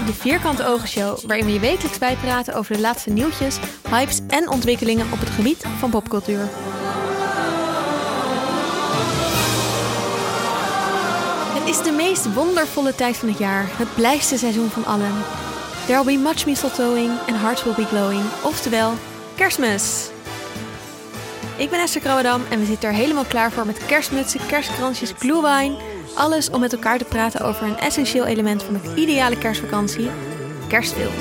de Vierkante Ogen Show, waarin we je wekelijks bijpraten over de laatste nieuwtjes, hypes en ontwikkelingen op het gebied van popcultuur. Het is de meest wondervolle tijd van het jaar, het blijste seizoen van allen. There will be much mistletoeing and hearts will be glowing, oftewel Kerstmis. Ik ben Esther Krouwedam en we zitten er helemaal klaar voor met kerstmutsen, kerstkransjes, glühwein. Alles om met elkaar te praten over een essentieel element van de ideale kerstvakantie, kerstfilms.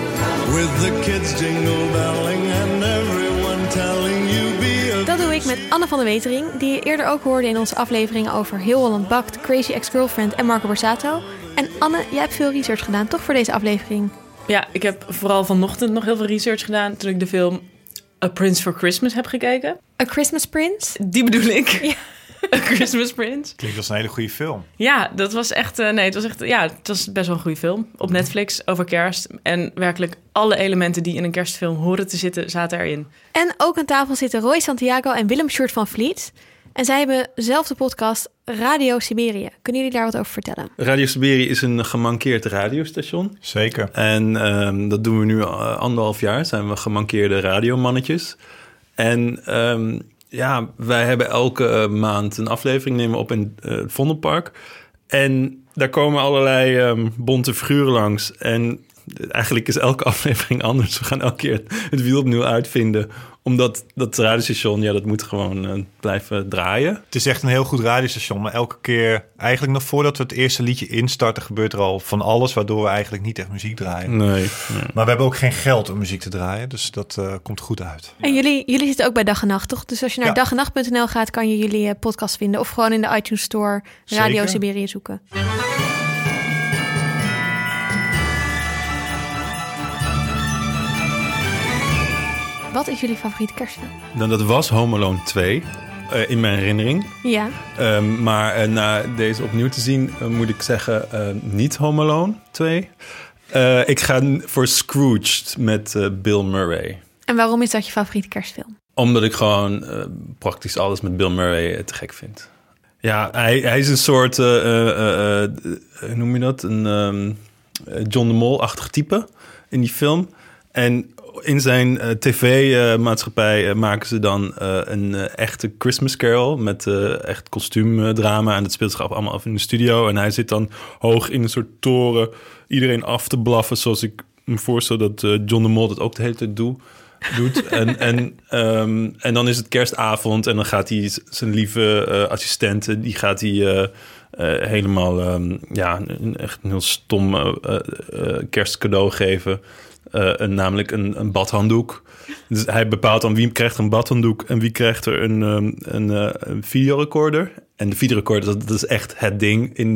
Dat doe ik met Anne van der Wetering, die je eerder ook hoorde in onze afleveringen over Heel Holland Bakt, Crazy Ex-Girlfriend en Marco Borsato. En Anne, jij hebt veel research gedaan, toch, voor deze aflevering? Ja, ik heb vooral vanochtend nog heel veel research gedaan toen ik de film A Prince for Christmas heb gekeken. A Christmas Prince? Die bedoel ik. Ja. A Christmas Prince. Klinkt als een hele goede film. Ja, dat was echt... het was best wel een goede film. Op Netflix, over kerst. En werkelijk alle elementen die in een kerstfilm horen te zitten, zaten erin. En ook aan tafel zitten Roy Santiago en Willem Sjoerd van Vliet. En zij hebben zelf de podcast Radio Siberië. Kunnen jullie daar wat over vertellen? Radio Siberië is een gemankeerd radiostation. Zeker. En dat doen we nu 1,5 jaar. Zijn we gemankeerde radiomannetjes. En wij hebben elke maand een aflevering nemen op in het Vondelpark. En daar komen allerlei bonte figuren langs. En eigenlijk is elke aflevering anders. We gaan elke keer het wiel opnieuw uitvinden. Omdat dat radiostation, dat moet gewoon blijven draaien. Het is echt een heel goed radiostation. Maar elke keer, eigenlijk nog voordat we het eerste liedje instarten, gebeurt er al van alles, waardoor we eigenlijk niet echt muziek draaien. Nee. Maar we hebben ook geen geld om muziek te draaien. Dus dat komt goed uit. En jullie zitten ook bij Dag en Nacht, toch? Dus als je naar dagennacht.nl gaat, kan je jullie podcast vinden. Of gewoon in de iTunes Store Radio Zeker. Siberië zoeken. Wat is jullie favoriete kerstfilm? Dan, dat was Home Alone 2, in mijn herinnering. Ja. Maar na deze opnieuw te zien, moet ik zeggen, niet Home Alone 2. Ik ga voor Scrooged met Bill Murray. En waarom is dat je favoriete kerstfilm? Omdat ik gewoon praktisch alles met Bill Murray te gek vind. Ja, hij is een soort, hoe noem je dat? Een John de Mol-achtig type in die film. En in zijn tv-maatschappij maken ze dan een echte Christmas Carol met echt kostuumdrama. En dat speelt zich allemaal af in de studio. En hij zit dan hoog in een soort toren iedereen af te blaffen, zoals ik me voorstel dat John de Mol dat ook de hele tijd doet. En dan is het kerstavond en dan gaat hij zijn lieve assistente, die gaat hij helemaal echt een heel stom kerstcadeau geven. Namelijk een badhanddoek. Dus hij bepaalt dan wie krijgt een badhanddoek en wie krijgt er een videorecorder. En de videorecorder, dat is echt het ding in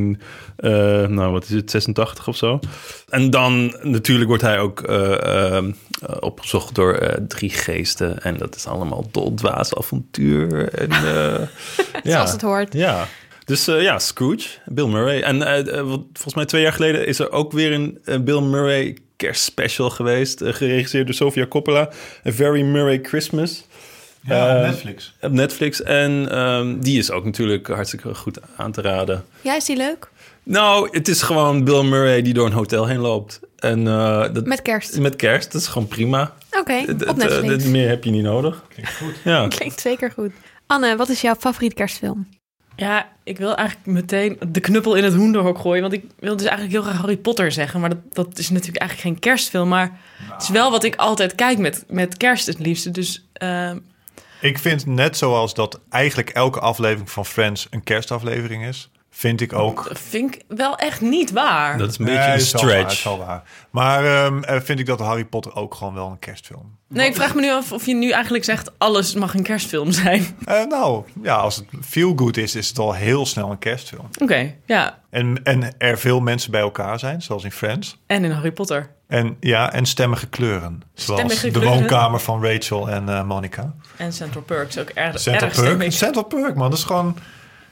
1986 of zo. En dan natuurlijk wordt hij ook opgezocht door 3 geesten. En dat is allemaal doldwaas avontuur. En, Zoals het hoort. Ja. Dus Scrooge, Bill Murray. En volgens mij 2 jaar geleden is er ook weer een Bill Murray kerstspecial geweest. Geregisseerd door Sofia Coppola. A Very Murray Christmas. Ja, op Netflix. Op Netflix. En die is ook natuurlijk hartstikke goed aan te raden. Ja, is die leuk? Nou, het is gewoon Bill Murray die door een hotel heen loopt. En, met kerst? Met kerst, dat is gewoon prima. Oké, op Netflix. Meer heb je niet nodig. Klinkt goed. Ja. Klinkt zeker goed. Anne, wat is jouw favoriete kerstfilm? Ja, ik wil eigenlijk meteen de knuppel in het hoenderhok gooien. Want ik wil dus eigenlijk heel graag Harry Potter zeggen. Maar dat is natuurlijk eigenlijk geen kerstfilm. Maar het is wel wat ik altijd kijk met kerst het liefste. Dus ik vind net zoals dat eigenlijk elke aflevering van Friends een kerstaflevering is, vind ik ook. Dat vind ik wel echt niet waar. Dat is een beetje een stretch. Is wel waar. Maar vind ik dat Harry Potter ook gewoon wel een kerstfilm. Nee, ik vraag me nu af of je nu eigenlijk zegt alles mag een kerstfilm zijn. Als het feel good is het al heel snel een kerstfilm. Oké, ja. En er veel mensen bij elkaar zijn, zoals in Friends. En in Harry Potter. En stemmige kleuren. Zoals Stemmige de kleuren. woonkamer van Rachel en Monica. En Central Perk is ook erg Central stemmig. Perk, man, dat is gewoon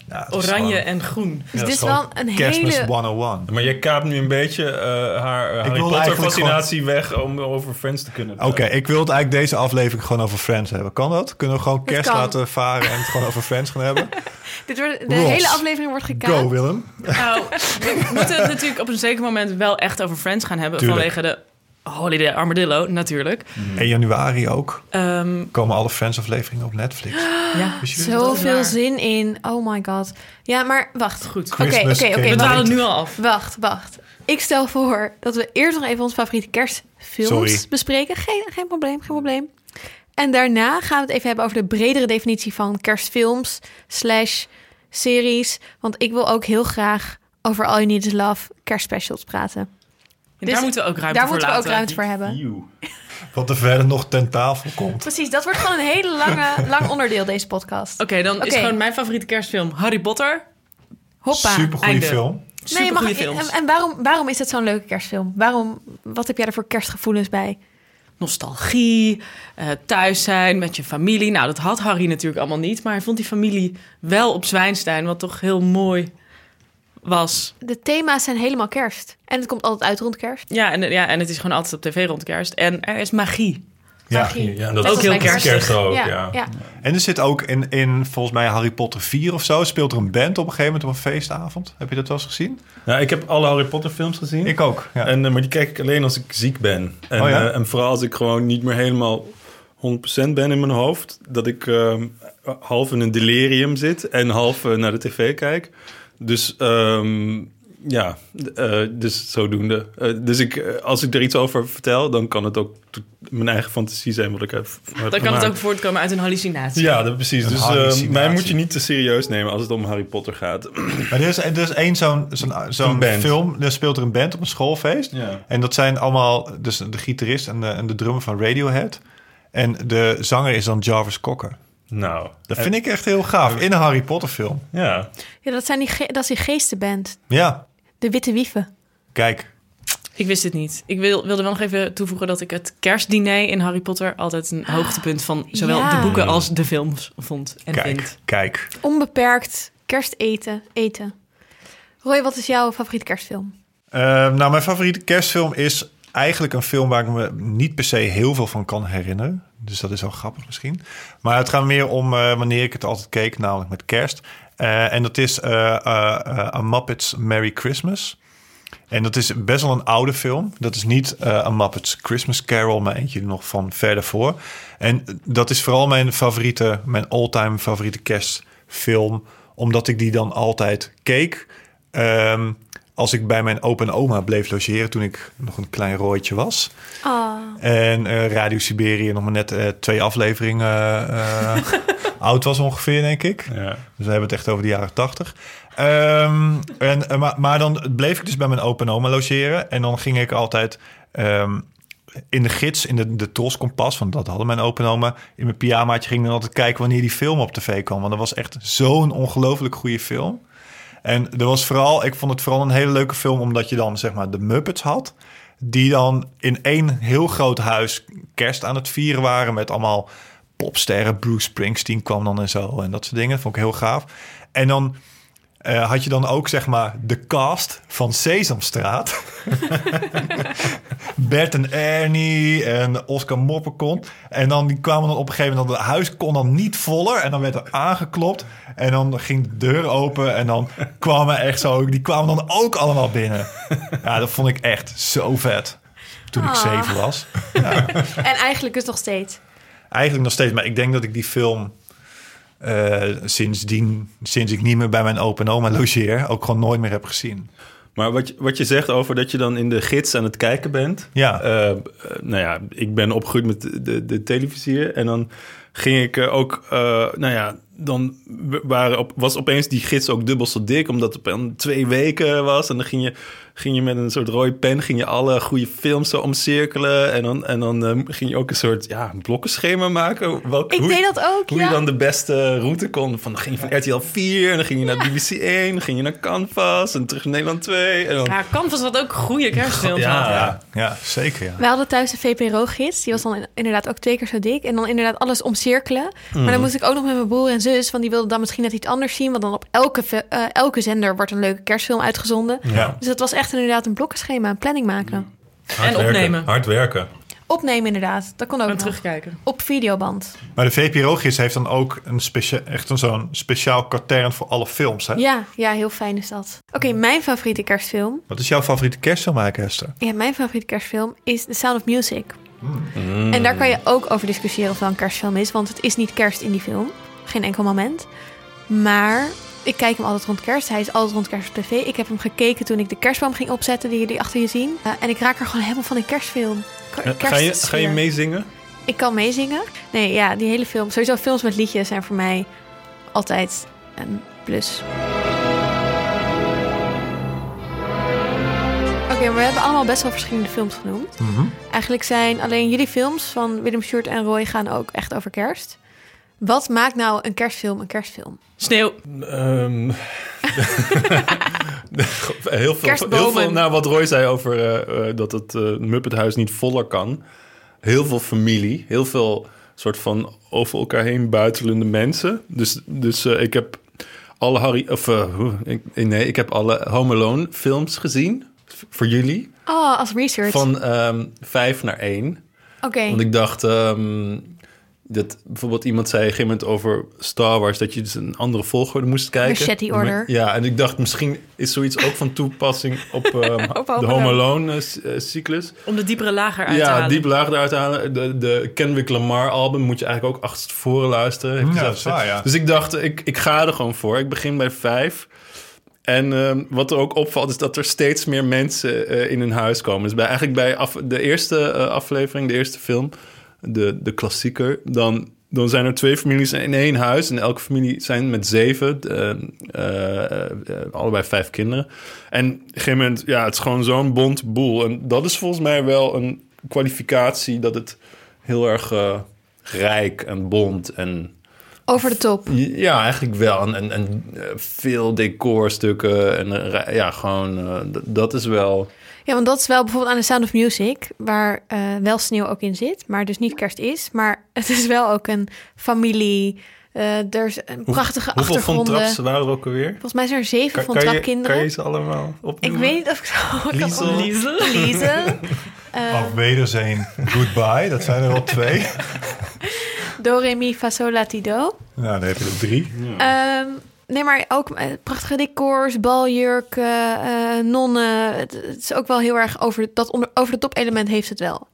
Ja, het is oranje gewoon- en groen. Dus Ja, dit is gewoon wel een Kerstmis hele... 101. Maar je kaapt nu een beetje haar Harry wilde Potter eigenlijk fascinatie weg om over Friends te kunnen Oké, ik wil het eigenlijk deze aflevering gewoon over Friends hebben. Kan dat? Kunnen we gewoon kerst kan. laten varen en het gewoon over Friends gaan hebben? De Ross, hele aflevering wordt gekaapt. Go, Willem. Nou, we moeten het natuurlijk op een zeker moment wel echt over Friends gaan hebben. Tuurlijk. Vanwege de Holiday Armadillo, natuurlijk. 1 januari ook. Ehm, Komen alle Friends-afleveringen op Netflix. ja, Wist je dat? Zoveel waar. zin in. Oh my god. Ja, maar wacht. goed. Oké, Christmas oké, cake. We wacht. dwalen nu al af. Wacht. Ik stel voor dat we eerst nog even onze favoriete kerstfilms Sorry. bespreken. Geen probleem. En daarna gaan we het even hebben over de bredere definitie van kerstfilms / series. Want ik wil ook heel graag over All You Need Is Love kerstspecials praten. En Dus daar moeten we ook ruimte Daar voor moeten we ook laten. ruimte voor hebben. Eeuw. Wat er verder nog ten tafel komt. Precies, dat wordt gewoon een hele lang onderdeel, deze podcast. Oké, dan is Oké. gewoon mijn favoriete kerstfilm Harry Potter. Hoppa. Supergoeie einde. film. Super mag goede ik- films. En waarom is het zo'n leuke kerstfilm? Wat heb jij er voor kerstgevoelens bij? Nostalgie, thuis zijn met je familie. Nou, dat had Harry natuurlijk allemaal niet. Maar hij vond die familie wel op Zwijnstein, wat toch heel mooi was. De thema's zijn helemaal kerst. En het komt altijd uit rond kerst. Ja, en het is gewoon altijd op tv rond kerst. En er is magie. Ja. Magie. Ja, Net dat ook als heel bij kerstig. kerst ook, ja. ja. En er zit ook in volgens mij Harry Potter 4 of zo... speelt er een band op een gegeven moment op een feestavond. Heb je dat wel eens gezien? Ja, ik heb alle Harry Potter films gezien. Ik ook, ja. En, maar die kijk ik alleen als ik ziek ben. En, Oh ja? en vooral als ik gewoon niet meer helemaal 100% ben in mijn hoofd. Dat ik half in een delirium zit en half naar de tv kijk. Dus dus zodoende. Dus als ik er iets over vertel, dan kan het ook mijn eigen fantasie zijn wat ik heb Dan kan gemaakt. het ook voortkomen uit een hallucinatie. Ja, dat, precies. Een Dus hallucinatie. mij moet je niet te serieus nemen als het om Harry Potter gaat. Maar er is één zo'n Een band. film. Er speelt er een band op een schoolfeest. Ja. En dat zijn allemaal... Dus de gitarist en de drummer van Radiohead. En de zanger is dan Jarvis Cocker. Nou, Dat vind ik echt heel gaaf. In een Harry Potter film. ja. Ja, dat is die geestenband. Ja, De Witte Wieven. kijk. Ik wist het niet. Ik wilde wel nog even toevoegen dat ik het kerstdiner in Harry Potter altijd een hoogtepunt van zowel Ja. de boeken als de films vond en vind. Kijk. Onbeperkt kersteten. Eten. Roy, wat is jouw favoriete kerstfilm? Nou, mijn favoriete kerstfilm is eigenlijk een film waar ik me niet per se heel veel van kan herinneren. Dus dat is wel grappig misschien. Maar het gaat meer om wanneer ik het altijd keek, namelijk met kerst. En dat is A Muppets Merry Christmas. En dat is best wel een oude film. Dat is niet A Muppets Christmas Carol, maar eentje nog van verder voor. En dat is vooral mijn all-time favoriete kerstfilm. Omdat ik die dan altijd keek. Als ik bij mijn opa en oma bleef logeren toen ik nog een klein rooitje was. En Radio Siberië nog maar net 2 afleveringen oud was ongeveer, denk ik. Ja. Dus we hebben het echt over de jaren 80. Maar dan bleef ik dus bij mijn opa en oma logeren. En dan ging ik altijd in de gids, in de Troskompas, want dat hadden mijn opa en oma, in mijn pyjamaatje ging ik dan altijd kijken wanneer die film op tv kwam. Want dat was echt zo'n ongelooflijk goede film. En ik vond het vooral een hele leuke film, omdat je dan zeg maar de Muppets had, die dan in één heel groot huis kerst aan het vieren waren met allemaal popsterren. Bruce Springsteen kwam dan en zo en dat soort dingen. Dat vond ik heel gaaf. En dan had je dan ook zeg maar de cast van Sesamstraat. Bert en Ernie en Oscar Mopperkont. En dan die kwamen dan op een gegeven moment, het huis kon dan niet voller. En dan werd er aangeklopt. En dan ging de deur open. En dan die kwamen dan ook allemaal binnen. Ja, dat vond ik echt zo vet. Toen ik 7 was. En eigenlijk is het nog steeds. Eigenlijk nog steeds. Maar ik denk dat ik die film sinds ik niet meer bij mijn opa en oma logeer, ook gewoon nooit meer heb gezien. Maar wat je zegt over dat je dan in de gids aan het kijken bent. Ja. Nou ja, ik ben opgegroeid met de televisie. En dan ging ik ook, dan was opeens die gids ook dubbel zo dik, omdat het op 2 weken was. En dan ging je met een soort rode pen alle goede films zo omcirkelen. En dan ging je ook een soort blokkenschema maken. Ik deed dat ook, Hoe ja. je dan de beste route kon. Dan ging je van RTL 4 en dan ging je naar BBC 1. Dan ging je naar Canvas en terug naar Nederland 2. En dan, Ja, Canvas had ook goede kerstfilms. Ja, zeker. Ja. We hadden thuis een VPRO-gids. Die was dan inderdaad ook 2 keer zo dik. En dan inderdaad alles omcirkelen. Maar dan moest ik ook nog met mijn broer en zus, want die wilde dan misschien net iets anders zien. Want dan op elke zender wordt een leuke kerstfilm uitgezonden. Ja. Dus het was echt inderdaad een blokkenschema, een planning maken. En opnemen. Hard werken. Opnemen inderdaad, dat kon ook En nog. terugkijken. Op videoband. Maar de VPRO-gids heeft dan ook zo'n speciaal katern voor alle films, hè? Ja, heel fijn is dat. Oké, mijn favoriete kerstfilm. Wat is jouw favoriete kerstfilm eigenlijk, Esther? Ja, mijn favoriete kerstfilm is The Sound of Music. En daar kan je ook over discussiëren of het wel een kerstfilm is. Want het is niet kerst in die film. Geen enkel moment. Maar ik kijk hem altijd rond kerst. Hij is altijd rond kerst op tv. Ik heb hem gekeken toen ik de kerstboom ging opzetten die jullie achter je zien. En ik raak er gewoon helemaal van een kerstfilm. Ga je meezingen? Ik kan meezingen. Nee, ja, die hele film. Sowieso films met liedjes zijn voor mij altijd een plus. Oké, maar we hebben allemaal best wel verschillende films genoemd. Eigenlijk zijn alleen jullie films van Willem Sjoerd en Roy gaan ook echt over kerst. Wat maakt nou een kerstfilm een kerstfilm? Sneeuw. Heel veel naar wat Roy zei over dat het Muppethuis niet voller kan. Heel veel familie, heel veel soort van over elkaar heen buitelende mensen. Dus ik heb alle ik heb alle Home Alone films gezien voor jullie. Oh, als research. Van 5 naar 1. Oké. Want ik dacht dat bijvoorbeeld iemand zei op een gegeven moment over Star Wars dat je dus een andere volgorde moest kijken. Machete Order. Ja, en ik dacht misschien is zoiets ook van toepassing op de Home Alone cyclus. Om de diepere lager uit te halen. Ja, diepere lager eruit te halen. De Kendrick Lamar album moet je eigenlijk ook achterstevoren luisteren. Ja, dat is waar, ja. Dus ik dacht, ik ga er gewoon voor. Ik begin bij 5. En wat er ook opvalt is dat er steeds meer mensen in een huis komen. Dus eigenlijk bij de eerste aflevering, de eerste film, de klassieker, dan zijn er 2 families in 1 huis. En elke familie zijn met 7, allebei 5 kinderen. En op een gegeven moment, ja, het is gewoon zo'n bont boel. En dat is volgens mij wel een kwalificatie dat het heel erg rijk en bont en Over de top. ja, eigenlijk wel. En veel decorstukken. En ja, gewoon, dat is wel... Ja, want dat is wel bijvoorbeeld aan The Sound of Music, waar wel sneeuw ook in zit, maar dus niet kerst is. Maar het is wel ook een familie. Er is een prachtige Hoeveel achtergronden. Von Trapps waren er ook alweer? Volgens mij zijn er 7 Von Trapp-kinderen. Kan je ze allemaal Ik opnoemen? weet niet of ik zo Liesel. Liesel. Auf Wederzijn, Goodbye. Dat zijn er al 2. Do, re, mi, fa, sol, la, ti, do. Nou, dan heb je er 3. Nee, maar ook prachtige decors, baljurken, nonnen. Het is ook wel heel erg over de top element heeft het wel.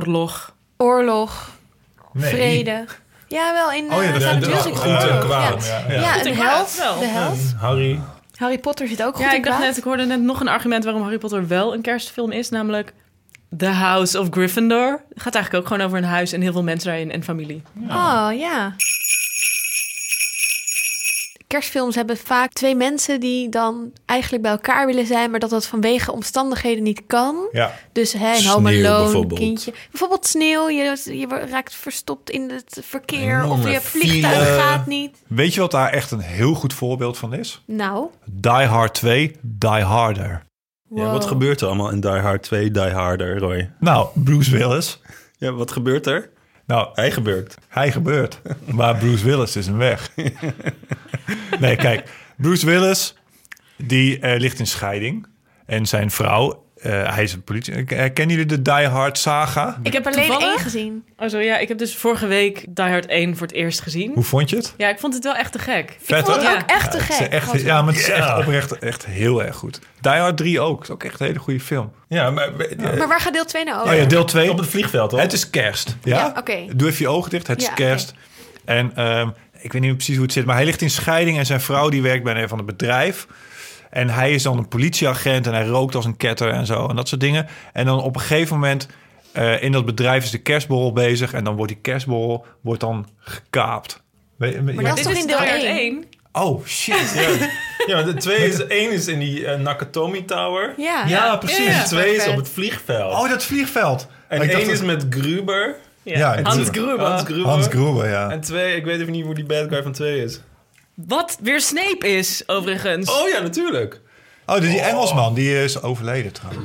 Oorlog, vrede. Ja, wel in dat Sound of is Music. goed en kwaad. Ja, Goed en een kwaad held. wel. De held. Harry Potter zit ook goed Ja, in ik dacht kwaad. net, ik hoorde net nog een argument waarom Harry Potter wel een kerstfilm is, namelijk The House of Gryffindor. Het gaat eigenlijk ook gewoon over een huis en heel veel mensen daarin en familie. Oh, ja. Kerstfilms hebben vaak 2 mensen die dan eigenlijk bij elkaar willen zijn, maar dat dat vanwege omstandigheden niet kan. Ja. Dus een Sneeuw Home Alone bijvoorbeeld. kindje. Bijvoorbeeld sneeuw, je raakt verstopt in het verkeer Enorme of je vliegtuig file. gaat niet. Weet je wat daar echt een heel goed voorbeeld van is? Nou, Die Hard 2, Die Harder. Ja, wat gebeurt er allemaal in Die Hard 2, Die Harder, Roy? Nou, Bruce Willis. Ja, wat gebeurt er? Nou, hij gebeurt. Maar Bruce Willis is een weg. Nee, kijk. Bruce Willis, die ligt in scheiding. En zijn vrouw, hij is een politie. Kennen jullie de Die Hard saga? ik heb alleen Toevallig? 1 gezien. Oh zo, ja, ik heb dus vorige week Die Hard 1 voor het eerst gezien. Hoe vond je het? Ja, ik vond het wel echt te gek. Vet, Ik vond het hè? ook echt te Het is gek. echt, ja, maar het is echt oprecht echt heel erg goed. Die Hard 3 ook. Het is ook echt een hele goede film. Ja, maar Maar waar gaat deel 2 nou over? Oh ja, deel 2. op het vliegveld, hoor. Het is kerst. Ja, Ja, oké. Doe even je ogen dicht. Het is Ja, kerst. En ik weet niet precies hoe het zit, maar hij ligt in scheiding en zijn vrouw die werkt bij een van het bedrijf. En hij is dan een politieagent en hij rookt als een ketter en zo en dat soort dingen. En dan op een gegeven moment in dat bedrijf is de kerstborrel bezig en dan wordt die kerstborrel dan gekaapt. Maar dat is Dit toch is in Die deel Hard 1? 1? Oh shit. Ja, de 1 is in die Nakatomi Tower. Ja. Ja, precies. Ja, ja. 2 is Perfect. op het vliegveld. Oh, dat vliegveld. en Ik dacht 1 is dat- met Gruber. Ja, Hans Gruber. Hans Gruber. Gruber, ja. En 2, ik weet even niet hoe die bad guy van 2 is. Wat weer Snape is, overigens. Oh ja, natuurlijk. Oh, die Engelsman, die is overleden trouwens.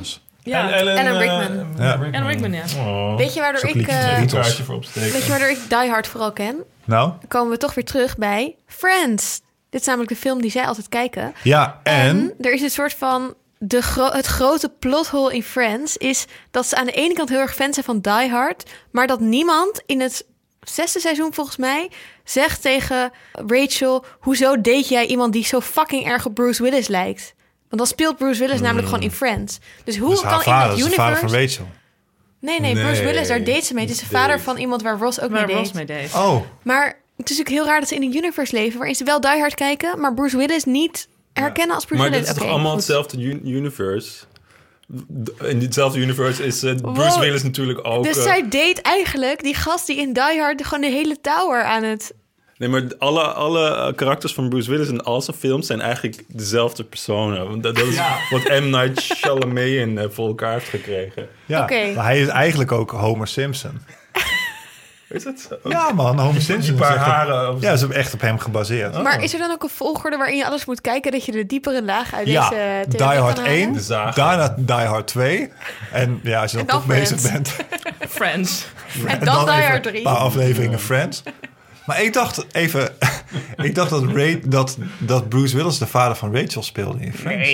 Ja, Alan Rickman. Ja. Alan Rickman, ja. Weet je waardoor Zo'n ik... liedje. Een kaartje voor opsteken. weet je waardoor ik Die Hard vooral ken? Nou? Dan komen we toch weer terug bij Friends. Dit is namelijk de film die zij altijd kijken. Ja, en? Er is een soort van... het grote plothole in Friends is dat ze aan de ene kant heel erg fan zijn van Die Hard, maar dat niemand in het 6e seizoen volgens mij zegt tegen Rachel: hoezo date jij iemand die zo fucking erg op Bruce Willis lijkt? Want dan speelt Bruce Willis namelijk gewoon in Friends. Dus hoe Dus kan haar in vader dat is de universe... vader van Rachel. Nee, Bruce Willis, daar date ze mee. Het is de vader van iemand waar Ross ook mee Waar Ross date. mee deed. Oh, Maar het is natuurlijk heel raar dat ze in een universe leven waarin ze wel Die Hard kijken, maar Bruce Willis niet herkennen als Bruce Maar dit Willis. is toch Oké, allemaal goed. hetzelfde universe? In ditzelfde universe is Bruce Willis natuurlijk ook... Dus zij date eigenlijk die gast die in Die Hard gewoon de hele tower aan het... Nee, maar alle karakters van Bruce Willis in al zijn films zijn eigenlijk dezelfde personen. Want dat is wat M. Night Shyamalan voor elkaar heeft gekregen. ja. Oké. Maar hij is eigenlijk ook Homer Simpson. Is het zo? Ja man, Homer Simpson. Die paar is echt op- haren. Ja, ze is echt op hem gebaseerd. Maar is er dan ook een volgorde waarin je alles moet kijken dat je de diepere laag uit Ja, deze Die theorie Hard kan 1, halen? De zaag. daarna Die Hard 2. En ja, als je dan En dan toch bezig Friends. bent... Friends. En dan Die even Hard een 3. paar afleveringen Friends. Maar ik dacht even... ik dacht dat Bruce Willis de vader van Rachel speelde in Friends.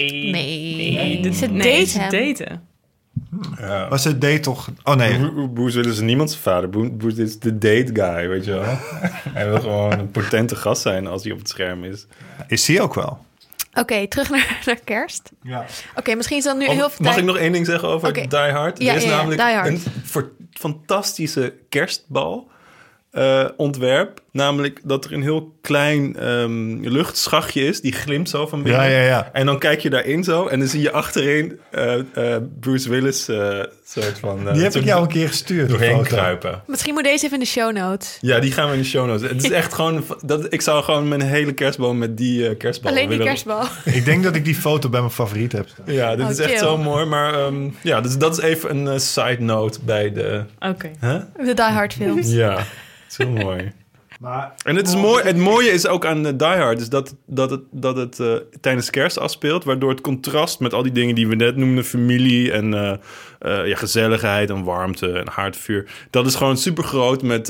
Nee, ze Nee, date ze hem. daten. Ja. Maar ze deed toch... Oh nee, Bruce Willis is niemands vader. Bruce is de date guy, weet je wel. Hij wil gewoon een potente gast zijn als hij op het scherm is. is die ook wel. Oké, terug naar kerst. Ja. Oké, misschien is dat nu heel veel Mag tijd... ik nog één ding zeggen over Oké. Die Hard? Ja, Er is ja, namelijk Die Hard. een fantastische kerstbal ontwerp. Namelijk dat er een heel klein luchtschachtje is. Die glimt zo van binnen. Ja. En dan kijk je daarin zo. En dan zie je achterin Bruce Willis soort van... Die heb zo ik jou een keer gestuurd. die doorheen foto. kruipen. Misschien moet deze even in de show notes. Ja, die gaan we in de show notes. Het is echt gewoon... ik zou gewoon mijn hele kerstboom met die kerstbal Alleen die willen... kerstbal. Ik denk dat ik die foto bij mijn favoriet heb. Ja, dit Oh, is echt chill. zo mooi. Maar ja, dus dat is even een side note bij de... Oké. Huh? De Die Hard films. Ja, het is heel mooi. Maar En het is mooi. Het mooie is ook aan Die Hard is dat het tijdens kerst afspeelt, waardoor het contrast met al die dingen die we net noemden, familie en gezelligheid en warmte en haardvuur, dat is gewoon super groot met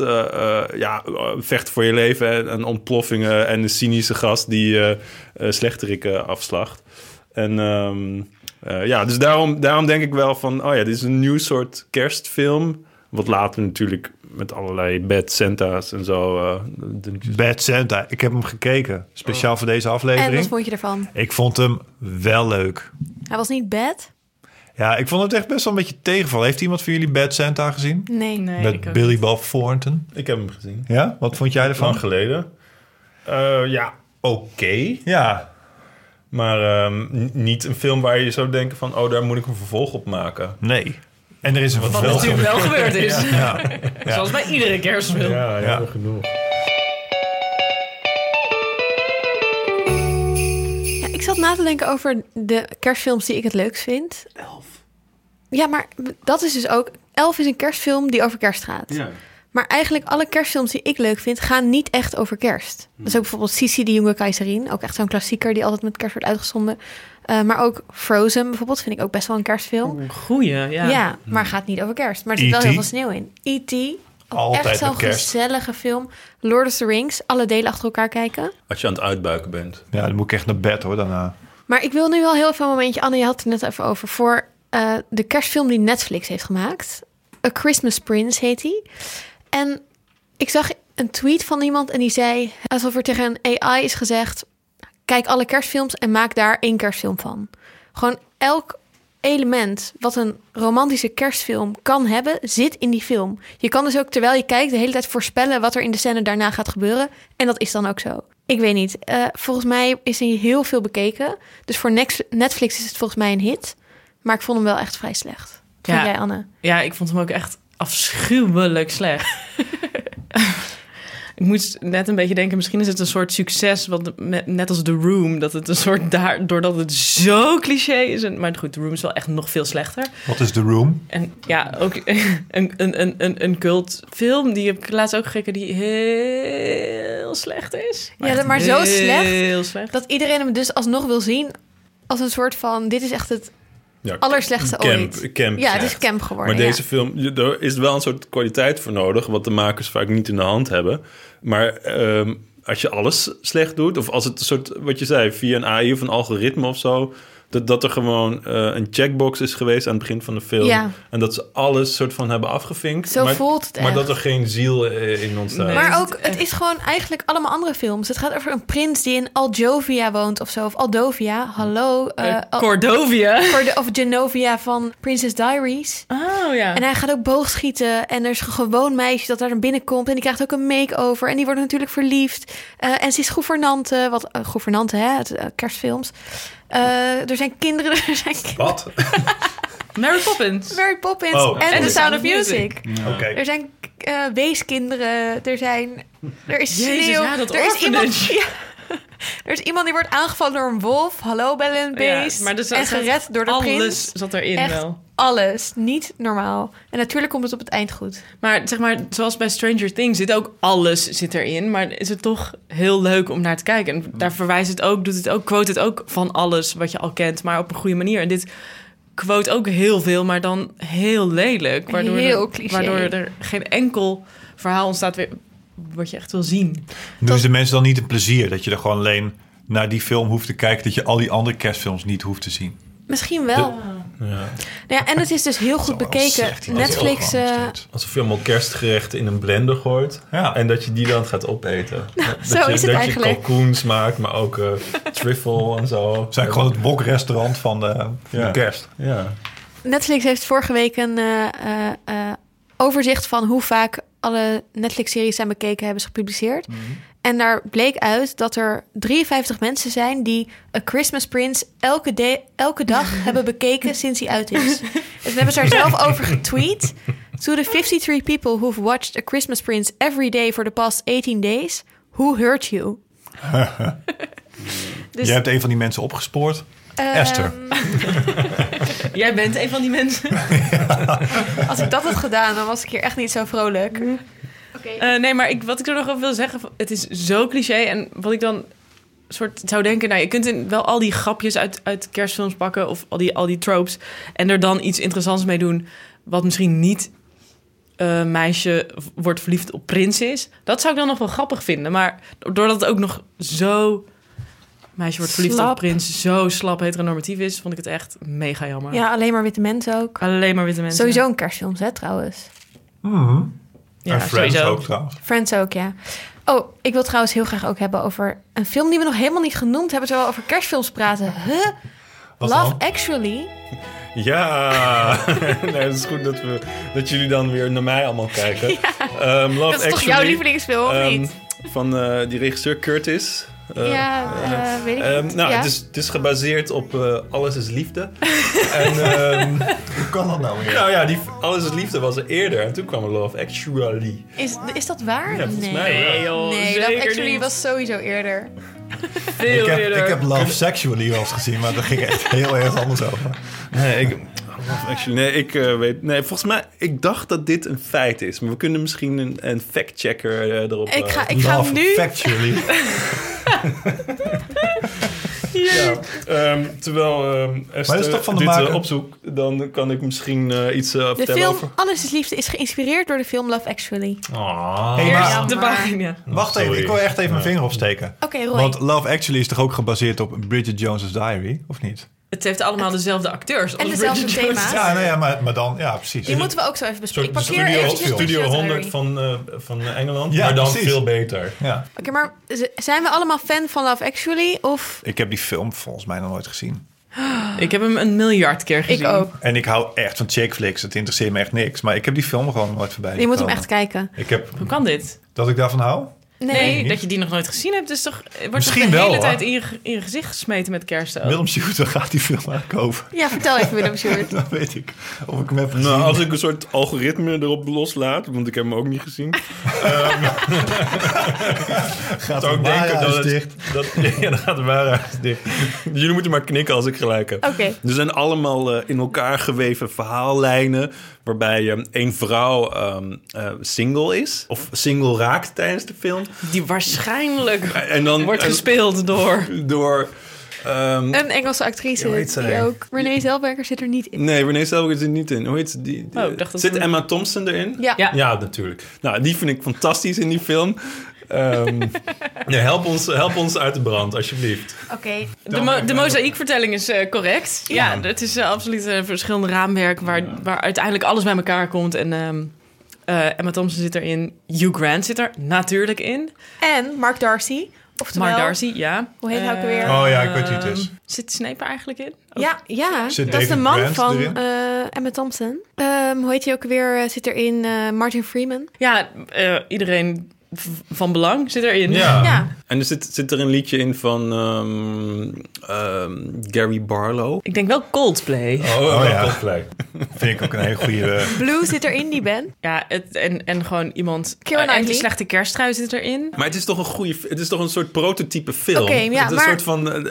vechten voor je leven en ontploffingen en een cynische gast die slechterikken afslacht. En dus daarom denk ik wel van, dit is een nieuw soort kerstfilm. Wat later natuurlijk met allerlei Bad Santa's en zo. Bad Santa, ik heb hem gekeken. Speciaal voor deze En aflevering. wat vond je ervan? Ik vond hem wel leuk. Hij was niet bad? Ja, ik vond het echt best wel een beetje tegenvallen. Heeft iemand van jullie Bad Santa gezien? Nee. Nee, ik Met ook Billy niet. Bob Thornton. Ik heb hem gezien. Ja? Wat vond jij ervan? Lang geleden. Oké. Ja. Maar niet een film waar je zou denken van... daar moet ik een vervolg op maken. Nee. En er is een Wat vervolg. natuurlijk wel gebeurd is. Ja. Zoals bij iedere kerstfilm. Ja. genoeg. Ja, ik zat na te denken over de kerstfilms die ik het leukst vind. 11. Ja, maar dat is dus ook... 11 is een kerstfilm die over kerst gaat. Ja. Maar eigenlijk alle kerstfilms die ik leuk vind, gaan niet echt over kerst. Dat is ook bijvoorbeeld Sisi, de jonge keizerin. Ook echt zo'n klassieker die altijd met kerst wordt uitgezonden. Maar ook Frozen bijvoorbeeld vind ik ook best wel een kerstfilm. Goeie, ja. Ja, maar gaat niet over kerst. Maar er zit wel E.T. heel veel sneeuw in. E.T. ook Altijd echt zo'n met kerst. gezellige film. Lord of the Rings, alle delen achter elkaar kijken. Als je aan het uitbuiken bent. Ja, dan moet ik echt naar bed hoor daarna. Maar ik wil nu wel heel even een momentje... Anne, je had het er net even over. Voor de kerstfilm die Netflix heeft gemaakt. A Christmas Prince heet die. En ik zag een tweet van iemand en die zei... alsof er tegen een AI is gezegd... kijk alle kerstfilms en maak daar 1 kerstfilm van. Gewoon elk element wat een romantische kerstfilm kan hebben... zit in die film. Je kan dus ook, terwijl je kijkt... de hele tijd voorspellen wat er in de scène daarna gaat gebeuren. En dat is dan ook zo. Ik weet niet. Volgens mij is hij heel veel bekeken. Dus voor Netflix is het volgens mij een hit. Maar ik vond hem wel echt vrij slecht. Vind Ja. jij, Anne? Ja, ik vond hem ook echt afschuwelijk slecht. Ik moest net een beetje denken, misschien is het een soort succes, net als The Room, dat het een soort doordat het zo cliché is. Maar goed, The Room is wel echt nog veel slechter. Wat is The Room? En ja, ook een cultfilm, die heb ik laatst ook gekeken, die heel slecht is. Ja, echt maar zo slecht heel slecht. dat iedereen hem dus alsnog wil zien als een soort van... dit is echt het Ja, allerslechtste ooit. Camp Ja, het is slecht. camp geworden. Maar deze film, er is wel een soort kwaliteit voor nodig, wat de makers vaak niet in de hand hebben. Maar als je alles slecht doet, of als het een soort, wat je zei, via een AI of een algoritme of zo, dat er gewoon een checkbox is geweest aan het begin van de film. Ja. En dat ze alles soort van hebben afgevinkt. Zo voelt het Maar echt. dat er geen ziel in ontstaat. Nee. Maar het ook, is echt- het is gewoon eigenlijk allemaal andere films. Het gaat over een prins die in Aljovia woont of zo. Of Aldovia. Hallo. Cordovia. Of Genovia van Princess Diaries. Oh ja. En hij gaat ook boogschieten. En er is een gewoon meisje dat daar naar binnen komt. En die krijgt ook een make-over. En die wordt natuurlijk verliefd. En ze is gouvernante. Gouvernante, hè? Kerstfilms. Er zijn kinderen. Wat? Mary Poppins. Mary Poppins Oh. en The Sound of Music. Oké. Er zijn weeskinderen. Er is Jezus, sneeuw. ja, dat er is iemand. orphanage. Ja. Er is iemand die wordt aangevallen door een wolf. Hallo, Belle and Beast. Ja, maar dus en gered door de alles prins. zat erin Echt wel. alles. Niet normaal. En natuurlijk komt het op het eind goed. Maar zeg maar, zoals bij Stranger Things zit ook alles zit erin. Maar is het toch heel leuk om naar te kijken. En daar verwijst het ook, doet het ook, quote het ook van alles wat je al kent. Maar op een goede manier. En dit quote ook heel veel, maar dan heel lelijk. Waardoor, Heel cliché. waardoor er geen enkel verhaal ontstaat wat je echt wil zien. Doen ze de mensen dan niet een plezier dat je er gewoon alleen naar die film hoeft te kijken, dat je al die andere kerstfilms niet hoeft te zien? Misschien wel. Ja. Nou ja, en het is dus heel goed bekeken. Netflix... Als een film al kerstgerechten in een blender gooit. Ja. En dat je die dan gaat opeten. zo is het eigenlijk. Dat je kalkoens maakt, maar ook trifle en zo. Het is eigenlijk gewoon het bokrestaurant van de kerst. Ja. Netflix heeft vorige week een overzicht van hoe vaak alle Netflix-series zijn bekeken hebben ze gepubliceerd. En daar bleek uit dat er 53 mensen zijn die A Christmas Prince elke dag hebben bekeken sinds hij uit is. Dus we hebben ze daar zelf over getweet. To the 53 people who've watched A Christmas Prince every day for the past 18 days, who hurt you? Dus, Jij hebt een van die mensen opgespoord. Esther. Jij bent een van die mensen. Als ik dat had gedaan, dan was ik hier echt niet zo vrolijk. Okay. Nee, maar wat ik er nog over wil zeggen, het is zo cliché. En wat ik dan soort zou denken, nou, je kunt wel al die grapjes uit kerstfilms pakken of al die tropes en er dan iets interessants mee doen, wat misschien niet meisje wordt verliefd op prins is. Dat zou ik dan nog wel grappig vinden. Maar doordat het ook nog zo meisje wordt verliefd op prins, zo slap heteronormatief is, vond ik het echt mega jammer. Ja, alleen maar witte mensen ook. Alleen maar witte mensen. Sowieso een kerstfilms, hè, trouwens. Ja, en Friends sowieso. ook trouwens. Friends ook, ja. Oh, ik wil trouwens heel graag ook hebben over een film die we nog helemaal niet genoemd hebben, terwijl we over kerstfilms praten. Wat Love dan? Actually. Ja, nee, het is goed dat jullie dan weer naar mij allemaal kijken. Love Dat is toch jouw lievelingsfilm, of niet? Van die regisseur Curtis. Weet ik niet. Nou, Ja. het is gebaseerd op Alles is Liefde. En, Hoe kan dat nou weer? nou ja, Alles is Liefde was er eerder. En toen kwam Love Actually. Is dat waar? Ja, volgens nee. mij wel. Nee, joh, Nee, zeker Love Actually niet. was sowieso eerder. Veel eerder. Ik heb Love Sexually wel eens gezien, maar daar ging echt heel erg anders over. Nee, Love Actually. Nee, ik weet... Nee, volgens mij... Ik dacht dat dit een feit is. Maar we kunnen misschien een fact-checker erop... Ik ga Love nu... Factually. Ja, terwijl Esther Maar dat is toch van de dit maker? opzoekt, dan kan ik misschien iets De vertellen film over... Alles is Liefde is geïnspireerd door de film Love Actually. Hey, maar- Eerst de baan, ja. Wacht even, ik wil echt even mijn vinger opsteken. Oké, Roy. Want Love Actually is toch ook gebaseerd op Bridget Jones's Diary, of niet? Het heeft allemaal dezelfde acteurs. En als dezelfde Bridget Jones. thema's. Ja, nou ja, maar dan, ja, precies. Die moeten we ook zo even bespreken. Soort Ik parkeer eventjes Studio Bridget 100 Diary. van Engeland, Ja, maar dan precies. veel beter. Ja. Oké, maar zijn we allemaal fan van Love Actually? Of Ik heb die film volgens mij nog nooit gezien. Ik heb hem 1 miljard keer gezien. ik ook? En ik hou echt van chick flicks. Het interesseert me echt niks. Maar ik heb die film gewoon nooit voorbij Je moet hem gekomen. echt kijken. Ik heb... Hoe kan dit? Dat ik daarvan hou? Nee, niet. dat je die nog nooit gezien hebt, is toch, wordt Misschien toch de wel, hele hoor. tijd in je gezicht gesmeten met kerst ook. Willem Shooter gaat die film aankopen. Ja, vertel even Willem Sjoerd. Dan weet ik of ik hem heb gezien. Nou, als ik een soort algoritme erop loslaat, want ik heb hem ook niet gezien, gaat zou ik het denken dat dicht. ja, dan gaat de waarheid dicht. Jullie moeten maar knikken als ik gelijk heb. Oké. Er zijn allemaal in elkaar geweven verhaallijnen waarbij een vrouw single is of single raakt tijdens de film. Die waarschijnlijk En dan wordt gespeeld door... door Ehm, Een Engelse actrice Hoe heet zij? die ook... Renee Zellweger zit er niet in. nee, Renee Zellweger zit er niet in. Hoe heet ze? Ik dacht dat Zit ze- Emma Thompson erin? Ja. Ja. Ja, natuurlijk. Nou, die vind ik fantastisch in die film. Ja, help ons uit de brand, alsjeblieft. Oké. De mozaïekvertelling is correct. Ja, het is absoluut een verschillende raamwerk waar uiteindelijk alles bij elkaar komt. En Emma Thompson zit erin. Hugh Grant zit er natuurlijk in. En Mark Darcy. Oftewel, Mark Darcy, ja. Hoe heet hij ook alweer? Oh ja, ik weet wie het is. Zit Snape er eigenlijk in? Ook. Ja, Zit dat is de David man Grant van erin? Emma Thompson. Hoe heet hij ook alweer? Zit erin Martin Freeman. Ja, iedereen van belang zit erin. Ja. En er zit er een liedje in van Gary Barlow. Ik denk wel Coldplay. Oh ja. Coldplay. Vind ik ook een hele goede... Blue zit erin, die band. Ja, en gewoon iemand... Keira en Knightley. de slechte kersttrui zit erin. Maar het is toch het is toch een soort prototype film. Oké, ja, het is maar-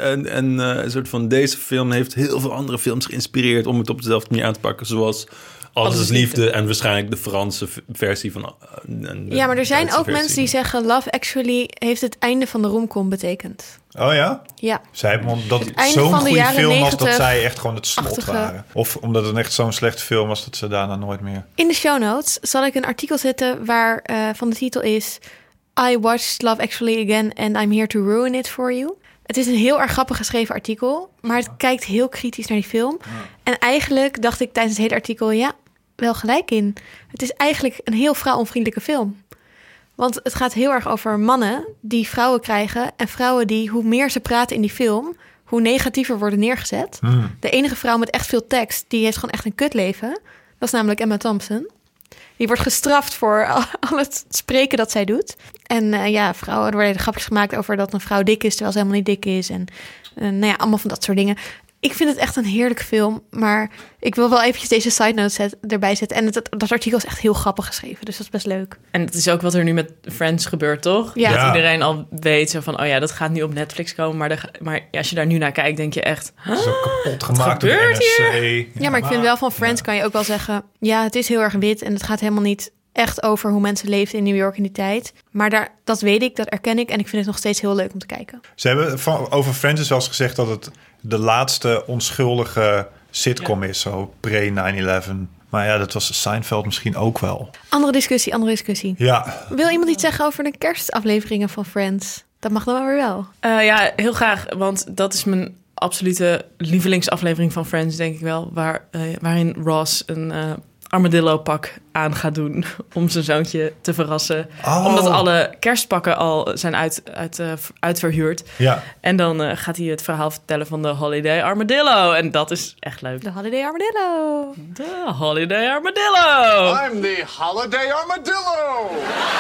een soort van deze film heeft heel veel andere films geïnspireerd om het op dezelfde manier aan te pakken, zoals Alles is Liefde en waarschijnlijk de Franse versie van. Ja, maar er zijn Duitse ook mensen versie. die zeggen... Love Actually heeft het einde van de romcom betekend. Oh ja? Ja. Zij, omdat het einde zo'n van de goede jaren film was dat 90 zij echt gewoon het slot achtige. waren. Of omdat het echt zo'n slechte film was dat ze daarna nooit meer... In de show notes zal ik een artikel zetten waar van de titel is... I watched Love Actually again and I'm here to ruin it for you. Het is een heel erg grappig geschreven artikel, maar het kijkt heel kritisch naar die film. En eigenlijk dacht ik tijdens het hele artikel, ja, wel gelijk in. Het is eigenlijk een heel vrouwonvriendelijke film. Want het gaat heel erg over mannen die vrouwen krijgen... en vrouwen die, hoe meer ze praten in die film... hoe negatiever worden neergezet. De enige vrouw met echt veel tekst... die heeft gewoon echt een kutleven. Dat is namelijk Emma Thompson. Die wordt gestraft voor al het spreken dat zij doet. En vrouwen, er worden grapjes gemaakt over dat een vrouw dik is... terwijl ze helemaal niet dik is. En allemaal van dat soort dingen. Ik vind het echt een heerlijke film. Maar ik wil wel eventjes deze side note erbij zetten. En dat artikel is echt heel grappig geschreven. Dus dat is best leuk. En het is ook wat er nu met Friends gebeurt, toch? Ja. Dat Ja. iedereen al weet zo van... oh ja, dat gaat nu op Netflix komen. Maar als je daar nu naar kijkt, denk je echt... Het is ook kapot gemaakt door gebeurt de NRC. Ja, maar ik vind wel van Friends kan je ook wel zeggen... ja, het is heel erg wit en het gaat helemaal niet echt over hoe mensen leefden in New York in die tijd. Maar dat weet ik, dat erken ik. En ik vind het nog steeds heel leuk om te kijken. Ze hebben over Friends zelfs gezegd dat het de laatste onschuldige sitcom is. Zo pre-9/11. Maar ja, dat was Seinfeld misschien ook wel. Andere discussie. Ja, Wil iemand iets zeggen over de kerstafleveringen van Friends? Dat mag dan wel weer wel. Ja, heel graag. Want dat is mijn absolute lievelingsaflevering van Friends, denk ik wel. Waarin Ross een armadillo-pak aan gaat doen om zijn zoontje te verrassen. Oh. Omdat alle kerstpakken al zijn uitverhuurd. ja. En dan gaat hij het verhaal vertellen van de Holiday Armadillo. En dat is echt leuk. De Holiday Armadillo. De Holiday Armadillo! I'm the Holiday Armadillo.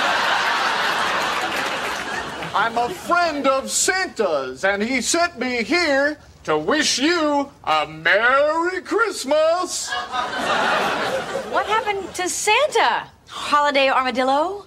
I'm a friend of Santa's, and he sent me here to wish you a Merry Christmas. What happened to Santa? Holiday Armadillo?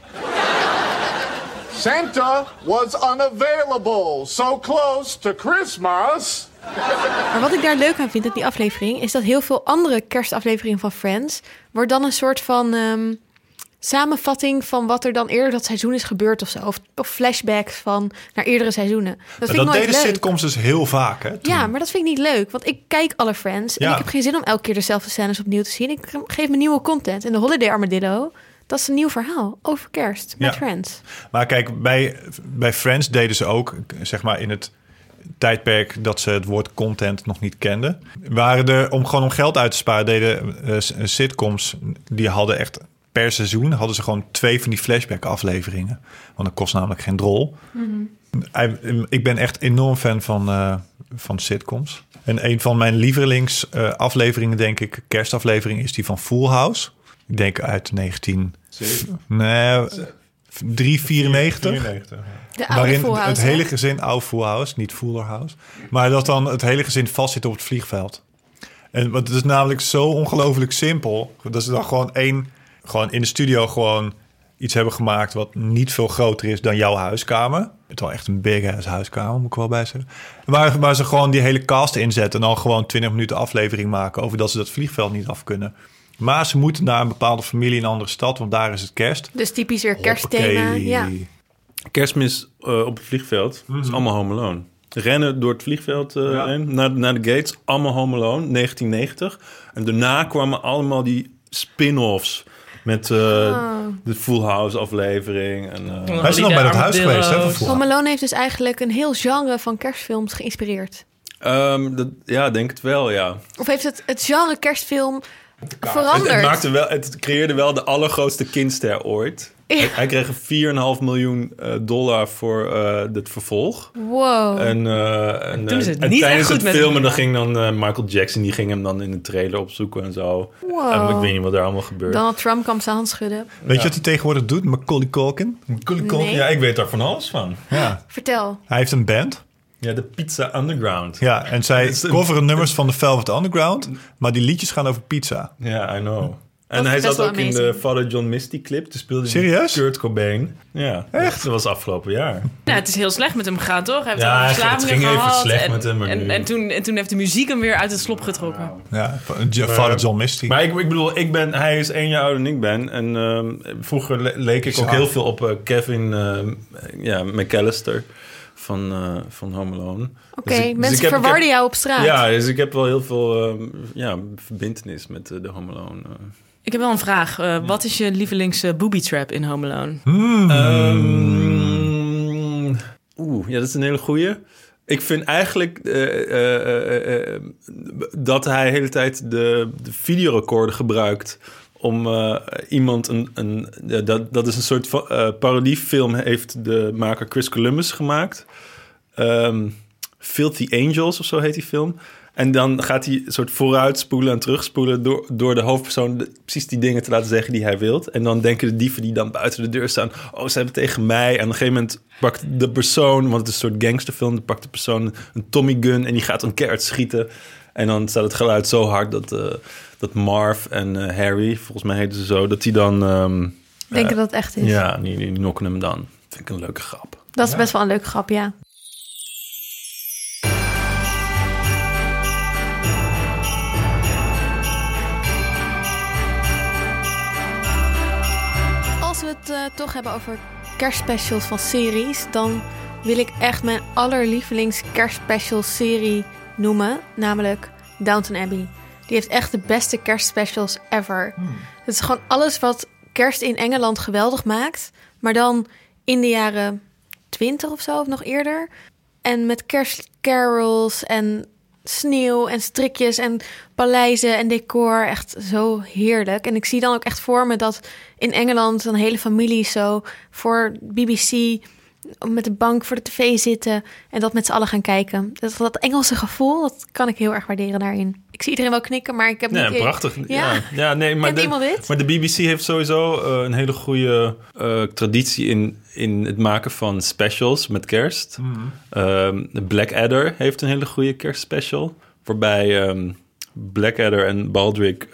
Santa was unavailable, so close to Christmas. Maar wat ik daar leuk aan vind, aan die aflevering... is dat heel veel andere kerstafleveringen van Friends... wordt dan een soort van samenvatting van wat er dan eerder dat seizoen is gebeurd of zo. Of flashbacks van naar eerdere seizoenen. Dat vind ik Dat nooit deden leuk. sitcoms dus heel vaak, hè? toen. Ja, maar dat vind ik niet leuk. Want ik kijk alle Friends en Ja. ik heb geen zin om elke keer dezelfde scènes opnieuw te zien. Ik geef me nieuwe content. En de Holiday Armadillo, dat is een nieuw verhaal over kerst met Ja. Friends. Maar kijk, bij Friends deden ze ook, zeg maar in het tijdperk dat ze het woord content nog niet kenden. Waren er, om geld uit te sparen, deden sitcoms, die hadden echt per seizoen, hadden ze gewoon 2 van die flashback afleveringen. Want dat kost namelijk geen drol. Ik ben echt enorm fan van sitcoms. En een van mijn lievelingsafleveringen, denk ik, kerstaflevering, is die van Full House. Ik denk uit 394. De oude Waarin Full House, het hè? hele gezin, oude Full House, niet Fuller House. Maar dat dan het hele gezin vastzit op het vliegveld. En want het is namelijk zo ongelooflijk simpel. Dat ze dan gewoon in de studio gewoon iets hebben gemaakt wat niet veel groter is dan jouw huiskamer. Het is wel echt een big ass huiskamer, moet ik wel bij zeggen. Waar ze gewoon die hele cast inzetten en dan gewoon 20 minuten aflevering maken over dat ze dat vliegveld niet af kunnen. Maar ze moeten naar een bepaalde familie in een andere stad, want daar is het kerst. Dus typisch weer kerstthema. Hoppakee. Ja. Kerstmis op het vliegveld. Dat is allemaal Home Alone. rennen door het vliegveld heen, naar de gates. Allemaal Home Alone, 1990. En daarna kwamen allemaal die spin-offs met de Full House aflevering. Hij is nog bij het huis geweest, hè? Home Alone heeft dus eigenlijk een heel genre van kerstfilms geïnspireerd. Denk het wel, ja. Of heeft het genre kerstfilm veranderd? Het creëerde wel de allergrootste kindster ooit. Ja. Hij kreeg $4,5 miljoen voor het vervolg. Wow. En tijdens het filmen dan ging dan Michael Jackson, die ging hem dan in de trailer opzoeken en zo. Wow. En ik weet niet wat daar allemaal gebeurt. Donald Trump kwam zijn hand schudden. Weet je wat hij tegenwoordig doet? Macaulay Culkin. Nee. Ja, ik weet daar van alles van. Ja. Vertel. Hij heeft een band. Ja, de Pizza Underground. Ja, en zij coveren nummers van de Velvet Underground. Maar die liedjes gaan over pizza. Ja, I know. En Dat hij is zat best ook wel in de amazing. Father John Misty clip. Toen speelde Serieus? Kurt Cobain. Ja, echt? Dat was afgelopen jaar. Nou, het is heel slecht met hem gegaan, toch? Hij heeft Ja, allemaal het verslavingen ging even gehad. slecht met hem, maar nu- En toen heeft de muziek hem weer uit het slop getrokken. Ja, Father John Misty. Maar ik bedoel, hij is 1 jaar ouder dan ik ben. En vroeger leek ik ook heel veel op Kevin McAllister van Home Alone. Oké, mensen verwarden jou op straat. Ja, dus ik heb wel heel veel verbintenis met de Home Alone. Ik heb wel een vraag. Wat is je lievelings booby trap in Home Alone? Ja, dat is een hele goeie. Ik vind eigenlijk dat hij de hele tijd de videorecorder gebruikt om iemand dat is een soort parodiefilm heeft de maker Chris Columbus gemaakt. Filthy Angels of zo heet die film. En dan gaat hij een soort vooruitspoelen en terugspoelen door de hoofdpersoon precies die dingen te laten zeggen die hij wilt. En dan denken de dieven die dan buiten de deur staan, oh, ze hebben tegen mij. En op een gegeven moment pakt de persoon, want het is een soort gangsterfilm, dan pakt de persoon een Tommy gun en die gaat een keihard schieten. En dan staat het geluid zo hard dat Marv en Harry, volgens mij heten ze zo, dat die dan Denken dat het echt is. Ja, die nokken hem dan. Vind ik een leuke grap. Dat is best wel een leuke grap, ja. Als we het toch hebben over kerstspecials van series, dan wil ik echt mijn allerlievelings kerstspecial serie noemen, namelijk Downton Abbey. Die heeft echt de beste kerstspecials ever. Het is gewoon alles wat kerst in Engeland geweldig maakt, maar dan in de jaren 20 of zo, of nog eerder. En met kerstcarols en sneeuw en strikjes en paleizen en decor. Echt zo heerlijk. En ik zie dan ook echt voor me dat in Engeland een hele familie zo voor BBC met de bank voor de tv zitten en dat met z'n allen gaan kijken. Dat Engelse gevoel, dat kan ik heel erg waarderen daarin. Ik zie iedereen wel knikken, maar ik heb niet... Prachtig. Ja. Ja, nee, maar iemand dit? Maar de BBC heeft sowieso een hele goede traditie in het maken van specials met kerst. Blackadder heeft een hele goede kerstspecial, waarbij Blackadder en Baldrick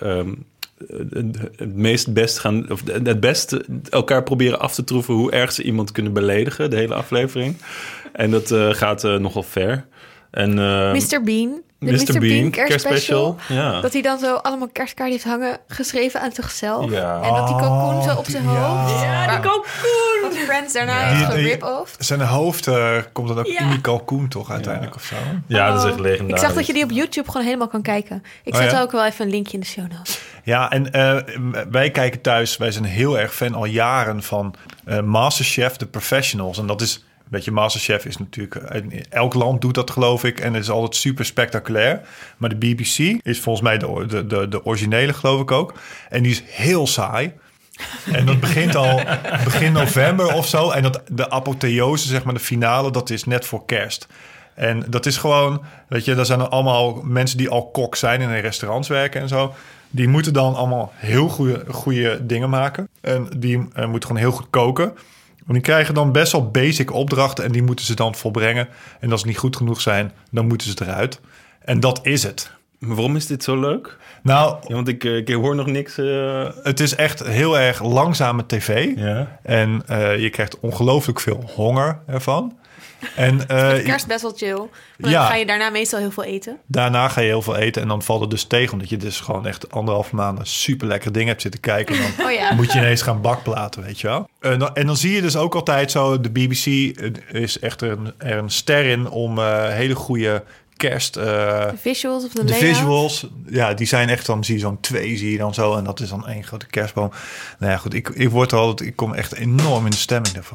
het beste elkaar proberen af te troeven hoe erg ze iemand kunnen beledigen, de hele aflevering. En dat gaat nogal ver. En Mr. Bean. De Mr. Bean kerstspecial. Ja. Dat hij dan zo allemaal kerstkaarten heeft hangen, geschreven aan zichzelf. Ja. En dat die cocoon zo op zijn hoofd. Ja, die cocoon! Wat Friends daarna heeft gerip-off. Zijn hoofd komt dan ook in die kalkoen toch uiteindelijk of zo? Ja, dat is echt legendarisch. Ik zag dat je die op YouTube gewoon helemaal kan kijken. Ik zet ook wel even een linkje in de show notes. Ja, en wij kijken thuis, wij zijn heel erg fan al jaren van Masterchef, The Professionals. En dat is, weet je, Masterchef is natuurlijk, elk land doet dat geloof ik. En het is altijd super spectaculair. Maar de BBC is volgens mij de originele geloof ik ook. En die is heel saai. En dat begint al begin november of zo. En de apotheose, zeg maar de finale, dat is net voor kerst. En dat is gewoon, weet je, daar zijn er allemaal mensen die al kok zijn en in restaurants werken en zo. Die moeten dan allemaal heel goede dingen maken. En die moeten gewoon heel goed koken. En die krijgen dan best wel basic opdrachten en die moeten ze dan volbrengen. En als ze niet goed genoeg zijn, dan moeten ze eruit. En dat is het. Maar waarom is dit zo leuk? Nou, Ja, want ik hoor nog niks. het is echt heel erg langzame tv. Ja. En je krijgt ongelooflijk veel honger ervan. En Kerst best wel chill. Maar dan ja. ga je daarna meestal heel veel eten. daarna ga je heel veel eten. En dan valt het dus tegen. Omdat je dus gewoon echt 1,5 maanden super lekkere dingen hebt zitten kijken. En dan Oh ja. moet je ineens gaan bakplaten, weet je wel. En dan zie je dus ook altijd zo... De BBC is echt er een ster in om hele goede kerst... De visuals of de de layout. visuals, ja, die zijn echt dan, zie je zo'n 2, zie je dan zo. En dat is dan 1 grote kerstboom. Nou ja, goed, ik kom echt enorm in de stemming daarvan.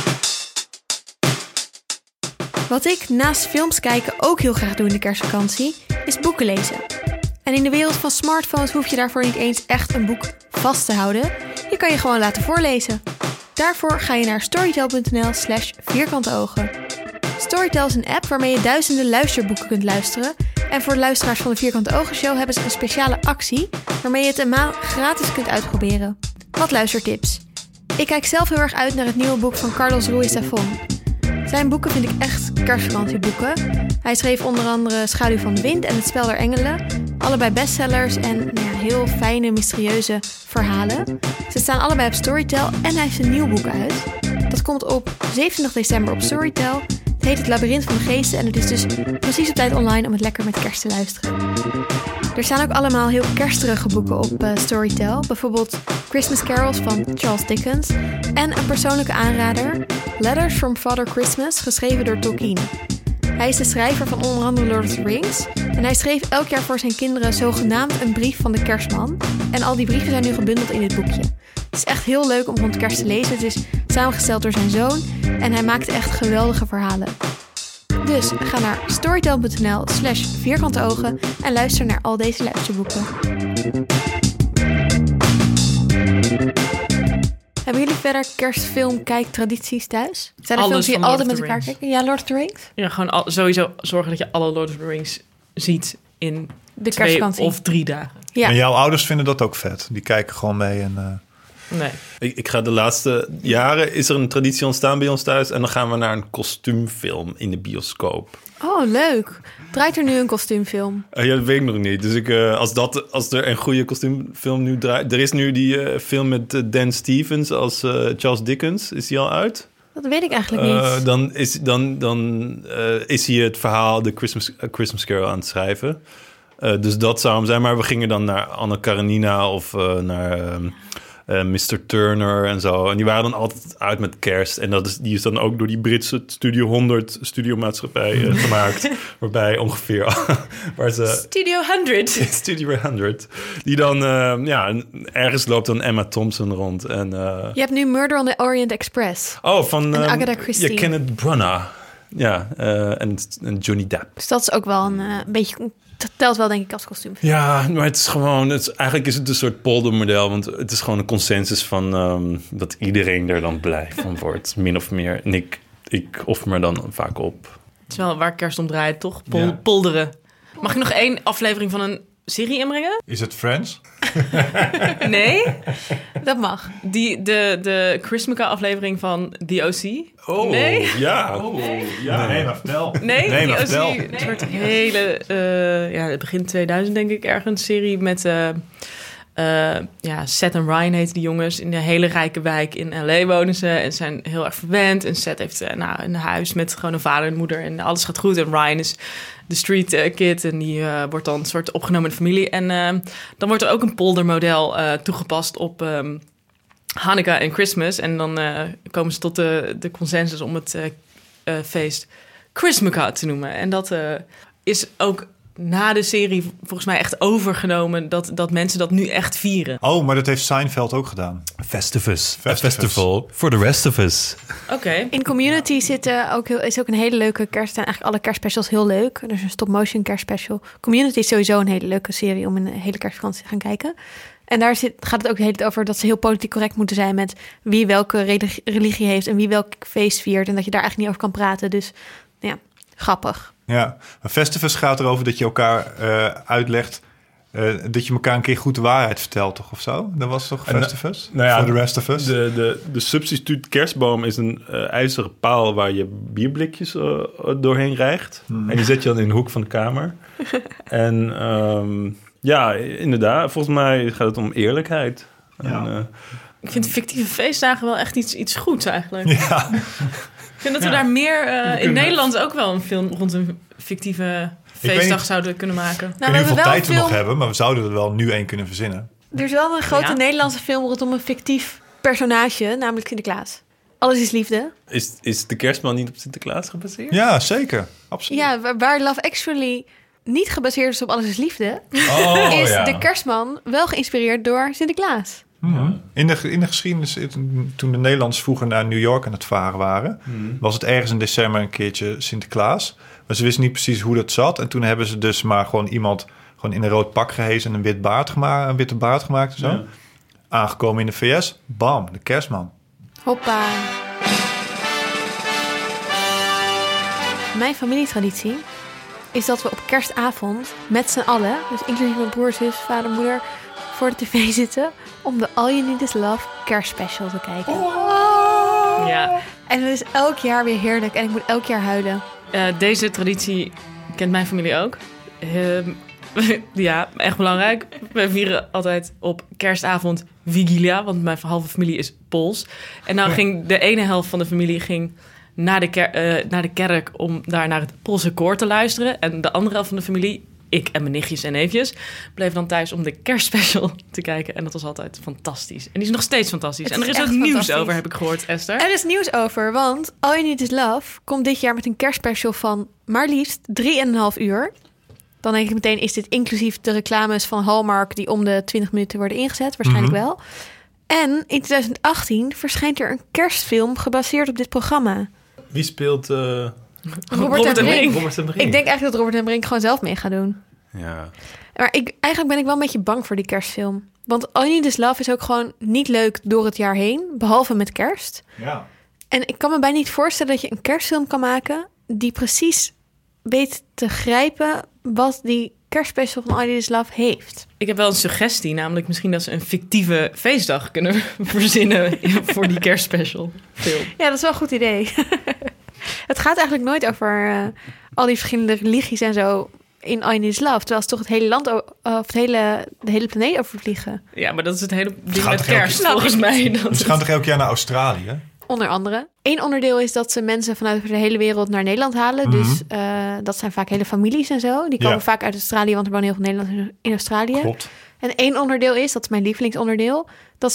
Wat ik naast films kijken ook heel graag doe in de kerstvakantie, is boeken lezen. En in de wereld van smartphones hoef je daarvoor niet eens echt een boek vast te houden. Je kan je gewoon laten voorlezen. Daarvoor ga je naar storytel.nl/vierkanteogen. Storytel is een app waarmee je duizenden luisterboeken kunt luisteren. En voor de luisteraars van de Vierkante Ogen Show hebben ze een speciale actie waarmee je het een maand gratis kunt uitproberen. Wat luistertips. Ik kijk zelf heel erg uit naar het nieuwe boek van Carlos Ruiz Zafón. Zijn boeken vind ik echt kerstvakantieboeken. Hij schreef onder andere Schaduw van de Wind en Het Spel der Engelen. Allebei bestsellers en heel fijne, mysterieuze verhalen. Ze staan allebei op Storytel en hij heeft een nieuw boek uit. Dat komt op 27 december op Storytel. Het heet Het Labyrinth van de Geesten en het is dus precies op tijd online om het lekker met kerst te luisteren. Er staan ook allemaal heel kerstige boeken op Storytel. Bijvoorbeeld Christmas Carols van Charles Dickens. En een persoonlijke aanrader, Letters from Father Christmas, geschreven door Tolkien. Hij is de schrijver van onder andere Lord of the Rings. En hij schreef elk jaar voor zijn kinderen zogenaamd een brief van de kerstman. En al die brieven zijn nu gebundeld in dit boekje. Het is echt heel leuk om rond kerst te lezen. Het is samengesteld door zijn zoon. En hij maakt echt geweldige verhalen. Dus ga naar storytel.nl/vierkanteogen en luister naar al deze luisterboeken. Hebben jullie verder kerstfilm-kijktradities thuis? Zijn er Alles films die je van altijd Lord met of the elkaar Rings. kijken? Ja, Lord of the Rings? Ja, gewoon sowieso zorgen dat je alle Lord of the Rings ziet in De 2 kerstvakantie. of 3 dagen. Ja. En jouw ouders vinden dat ook vet. Die kijken gewoon mee en... Nee. Ik ga de laatste jaren, is er een traditie ontstaan bij ons thuis. En dan gaan we naar een kostuumfilm in de bioscoop. Oh, leuk. Draait er nu een kostuumfilm? Ja, dat weet ik nog niet. Dus als er een goede kostuumfilm nu draait... Er is nu die film met Dan Stevens als Charles Dickens. Is die al uit? Dat weet ik eigenlijk niet. Dan is hij het verhaal de Christmas Carol aan het schrijven. Dus dat zou hem zijn. Maar we gingen dan naar Anna Karenina of naar Mr. Turner en zo. En die waren dan altijd uit met kerst. En die is dan ook door die Britse Studio 100 studiomaatschappij gemaakt. Waarbij ongeveer... waar ze, Studio 100. Studio 100. Die dan... ergens loopt dan Emma Thompson rond. En, Je hebt nu Murder on the Orient Express. van... En Agatha Christie. Ja, Kenneth Branagh. Ja, en Johnny Depp. Dus dat is ook wel een beetje... Dat telt wel denk ik als kostuum. Ja, maar het is gewoon... eigenlijk is het een soort poldermodel. Want het is gewoon een consensus van... dat iedereen er dan blij van wordt. Min of meer. En ik offer me dan vaak op. Het is wel waar kerst om draait, toch? Ja. Polderen. Mag ik nog 1 aflevering van een serie inbrengen? Is het Friends? Nee? Dat mag. De Christmas-aflevering van The O.C. Oh, Nee? ja. Nee, maar vertel. Nee, Nee, maar The vertel. O.C. Het wordt een hele... begin 2000 denk ik ergens. Serie met... Seth en Ryan heten die jongens. In een hele rijke wijk in L.A. wonen ze. En zijn heel erg verwend. En Seth heeft een huis met gewoon een vader en moeder. En alles gaat goed. En Ryan is de street kid. En die wordt dan een soort opgenomen in de familie. En dan wordt er ook een poldermodel toegepast op Hanukkah en Christmas. En dan komen ze tot de consensus om het feest Christmas te noemen. En dat is ook... na de serie volgens mij echt overgenomen... dat mensen dat nu echt vieren. Oh, maar dat heeft Seinfeld ook gedaan. Festivus. Festivus. A festival for the rest of us. Oké. In Community is ook een hele leuke kerst. En eigenlijk alle kerstspecials heel leuk. Er is een stop-motion kerstspecial. Community is sowieso een hele leuke serie... om in de hele kerstvakantie te gaan kijken. En daar gaat het ook de hele tijd over... dat ze heel politiek correct moeten zijn... met wie welke religie heeft... en wie welk feest viert. En dat je daar eigenlijk niet over kan praten. Dus ja, grappig. Ja, maar Festivus gaat erover dat je elkaar uitlegt... dat je elkaar een keer goed de waarheid vertelt, toch? Of zo? Dat was toch Festivus? Nou ja, For the Rest of Us? De substituut kerstboom is een ijzeren paal waar je bierblikjes doorheen rijgt. En die zet je dan in de hoek van de kamer. En ja, inderdaad, volgens mij gaat het om eerlijkheid. Ja. En, Ik vind fictieve feestdagen wel echt iets goeds eigenlijk. Ja. Ik vind dat we daar meer... in Nederland ook wel een film rond een fictieve feestdag zouden kunnen maken. Ik weet niet hoeveel tijd we nog hebben, maar we zouden er wel nu één kunnen verzinnen. Er is wel een grote Nederlandse film rondom een fictief personage, namelijk Sinterklaas. Alles is liefde. Is de kerstman niet op Sinterklaas gebaseerd? Ja, zeker. Absoluut. Ja, waar Love Actually niet gebaseerd is op Alles is liefde, is de kerstman wel geïnspireerd door Sinterklaas. Mm-hmm. In de geschiedenis, toen de Nederlanders vroeger naar New York aan het varen waren, was het ergens in december een keertje Sinterklaas. Maar ze wisten niet precies hoe dat zat. En toen hebben ze dus maar gewoon iemand in een rood pak gehezen en een witte baard gemaakt en zo. Ja. Aangekomen in de VS, bam, de kerstman. Hoppa. Mijn familietraditie is dat we op kerstavond met z'n allen, dus inclusief mijn broer, zus, vader, moeder, voor de tv zitten om de All You Need Is Love kerstspecial te kijken. Oh. Ja. En het is elk jaar weer heerlijk en ik moet elk jaar huilen. Deze traditie kent mijn familie ook. Ja, echt belangrijk. We vieren altijd op kerstavond Vigilia, want mijn halve familie is Pools. En dan ging de ene helft van de familie naar de kerk om daar naar het Poolse koor te luisteren. En de andere helft van de familie, ik en mijn nichtjes en neefjes, bleven dan thuis om de kerstspecial te kijken. En dat was altijd fantastisch. En die is nog steeds fantastisch. En er is ook nieuws over, heb ik gehoord, Esther. Er is nieuws over, want All You Need Is Love komt dit jaar met een kerstspecial van maar liefst 3,5 uur. Dan denk ik meteen, is dit inclusief de reclames van Hallmark die om de 20 minuten worden ingezet? Waarschijnlijk wel. En in 2018 verschijnt er een kerstfilm gebaseerd op dit programma. Wie speelt... Robert en Brink. Robert en Brink. Ik denk eigenlijk dat Robert en Brink gewoon zelf mee gaat doen. Ja. Maar eigenlijk ben ik wel een beetje bang voor die kerstfilm. Want All You Need Is Love is ook gewoon niet leuk door het jaar heen. Behalve met kerst. Ja. En ik kan me bijna niet voorstellen dat je een kerstfilm kan maken die precies weet te grijpen wat die kerstspecial van All You Need Is Love heeft. Ik heb wel een suggestie, namelijk misschien dat ze een fictieve feestdag kunnen verzinnen voor die kerstspecial film. Ja, dat is wel een goed idee. Het gaat eigenlijk nooit over al die verschillende religies en zo in All You Need Is Love. Terwijl ze toch het hele land of de hele planeet overvliegen. Ja, maar dat is het hele ding met kerst, volgens mij. Ze gaan toch elk jaar naar Australië? Onder andere. Eén onderdeel is dat ze mensen vanuit de hele wereld naar Nederland halen. Dus dat zijn vaak hele families en zo. Die komen vaak uit Australië, want er wonen heel veel Nederlanders in Australië. Klopt. En één onderdeel is, dat is mijn lievelingsonderdeel,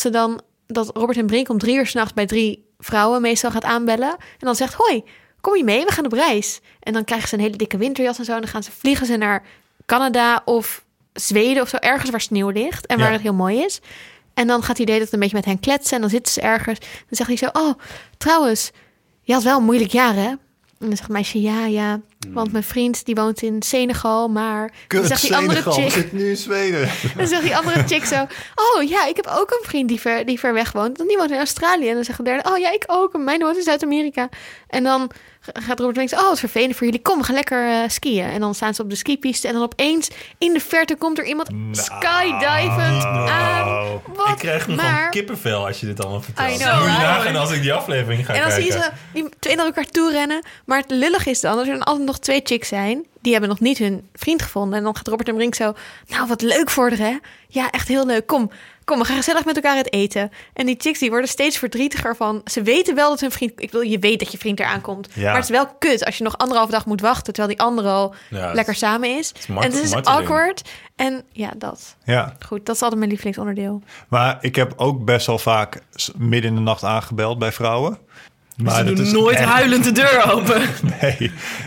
dat Robert en Brink om 3 uur 's nachts bij 3 vrouwen meestal gaat aanbellen. En dan zegt, hoi, kom je mee? We gaan op reis. En dan krijgen ze een hele dikke winterjas en zo. En dan vliegen ze naar Canada of Zweden of zo. Ergens waar sneeuw ligt en waar het heel mooi is. En dan gaat hij de hele tijd een beetje met hen kletsen. En dan zitten ze ergens. Dan zegt hij zo, oh, trouwens, je had wel een moeilijk jaar, hè? En dan zegt het meisje, ja. Want mijn vriend, die woont in Senegal, maar... Kut, zegt die andere Senegal, chick, we zitten nu in Zweden. dan zegt die andere chick zo... Oh ja, ik heb ook een vriend die ver weg woont. En die woont in Australië. En dan zegt de derde... Oh ja, ik ook. En mijn woont in Zuid-Amerika. En dan gaat Robert denken... Oh, het is vervelend voor jullie. Kom, we gaan lekker skiën. En dan staan ze op de skipiste. En dan opeens in de verte komt er iemand skydivend aan. Wat? Ik krijg nu gewoon kippenvel als je dit allemaal vertelt. I know, Moet je right? nagaan als ik die aflevering ga En dan kijken. zie je ze die twee naar elkaar toe rennen. Maar het lullig is dan... dat er dan altijd nog 2 chicks zijn... die hebben nog niet hun vriend gevonden. En dan gaat Robert en Brink zo... Nou, wat leuk voor haar, hè? Ja, echt heel leuk. Kom, we gaan gezellig met elkaar het eten. En die chicks die worden steeds verdrietiger van... Ze weten wel dat hun vriend... Ik bedoel, je weet dat je vriend eraan komt. Ja. Maar het is wel kut als je nog 1,5 dag moet wachten... terwijl die andere al lekker samen is. En het is awkward. En ja, dat. Ja. Goed, dat is altijd mijn lievelingsonderdeel. Maar ik heb ook best wel vaak midden in de nacht aangebeld bij vrouwen. Maar ze dat doen is nooit echt... huilend de deur open. Nee,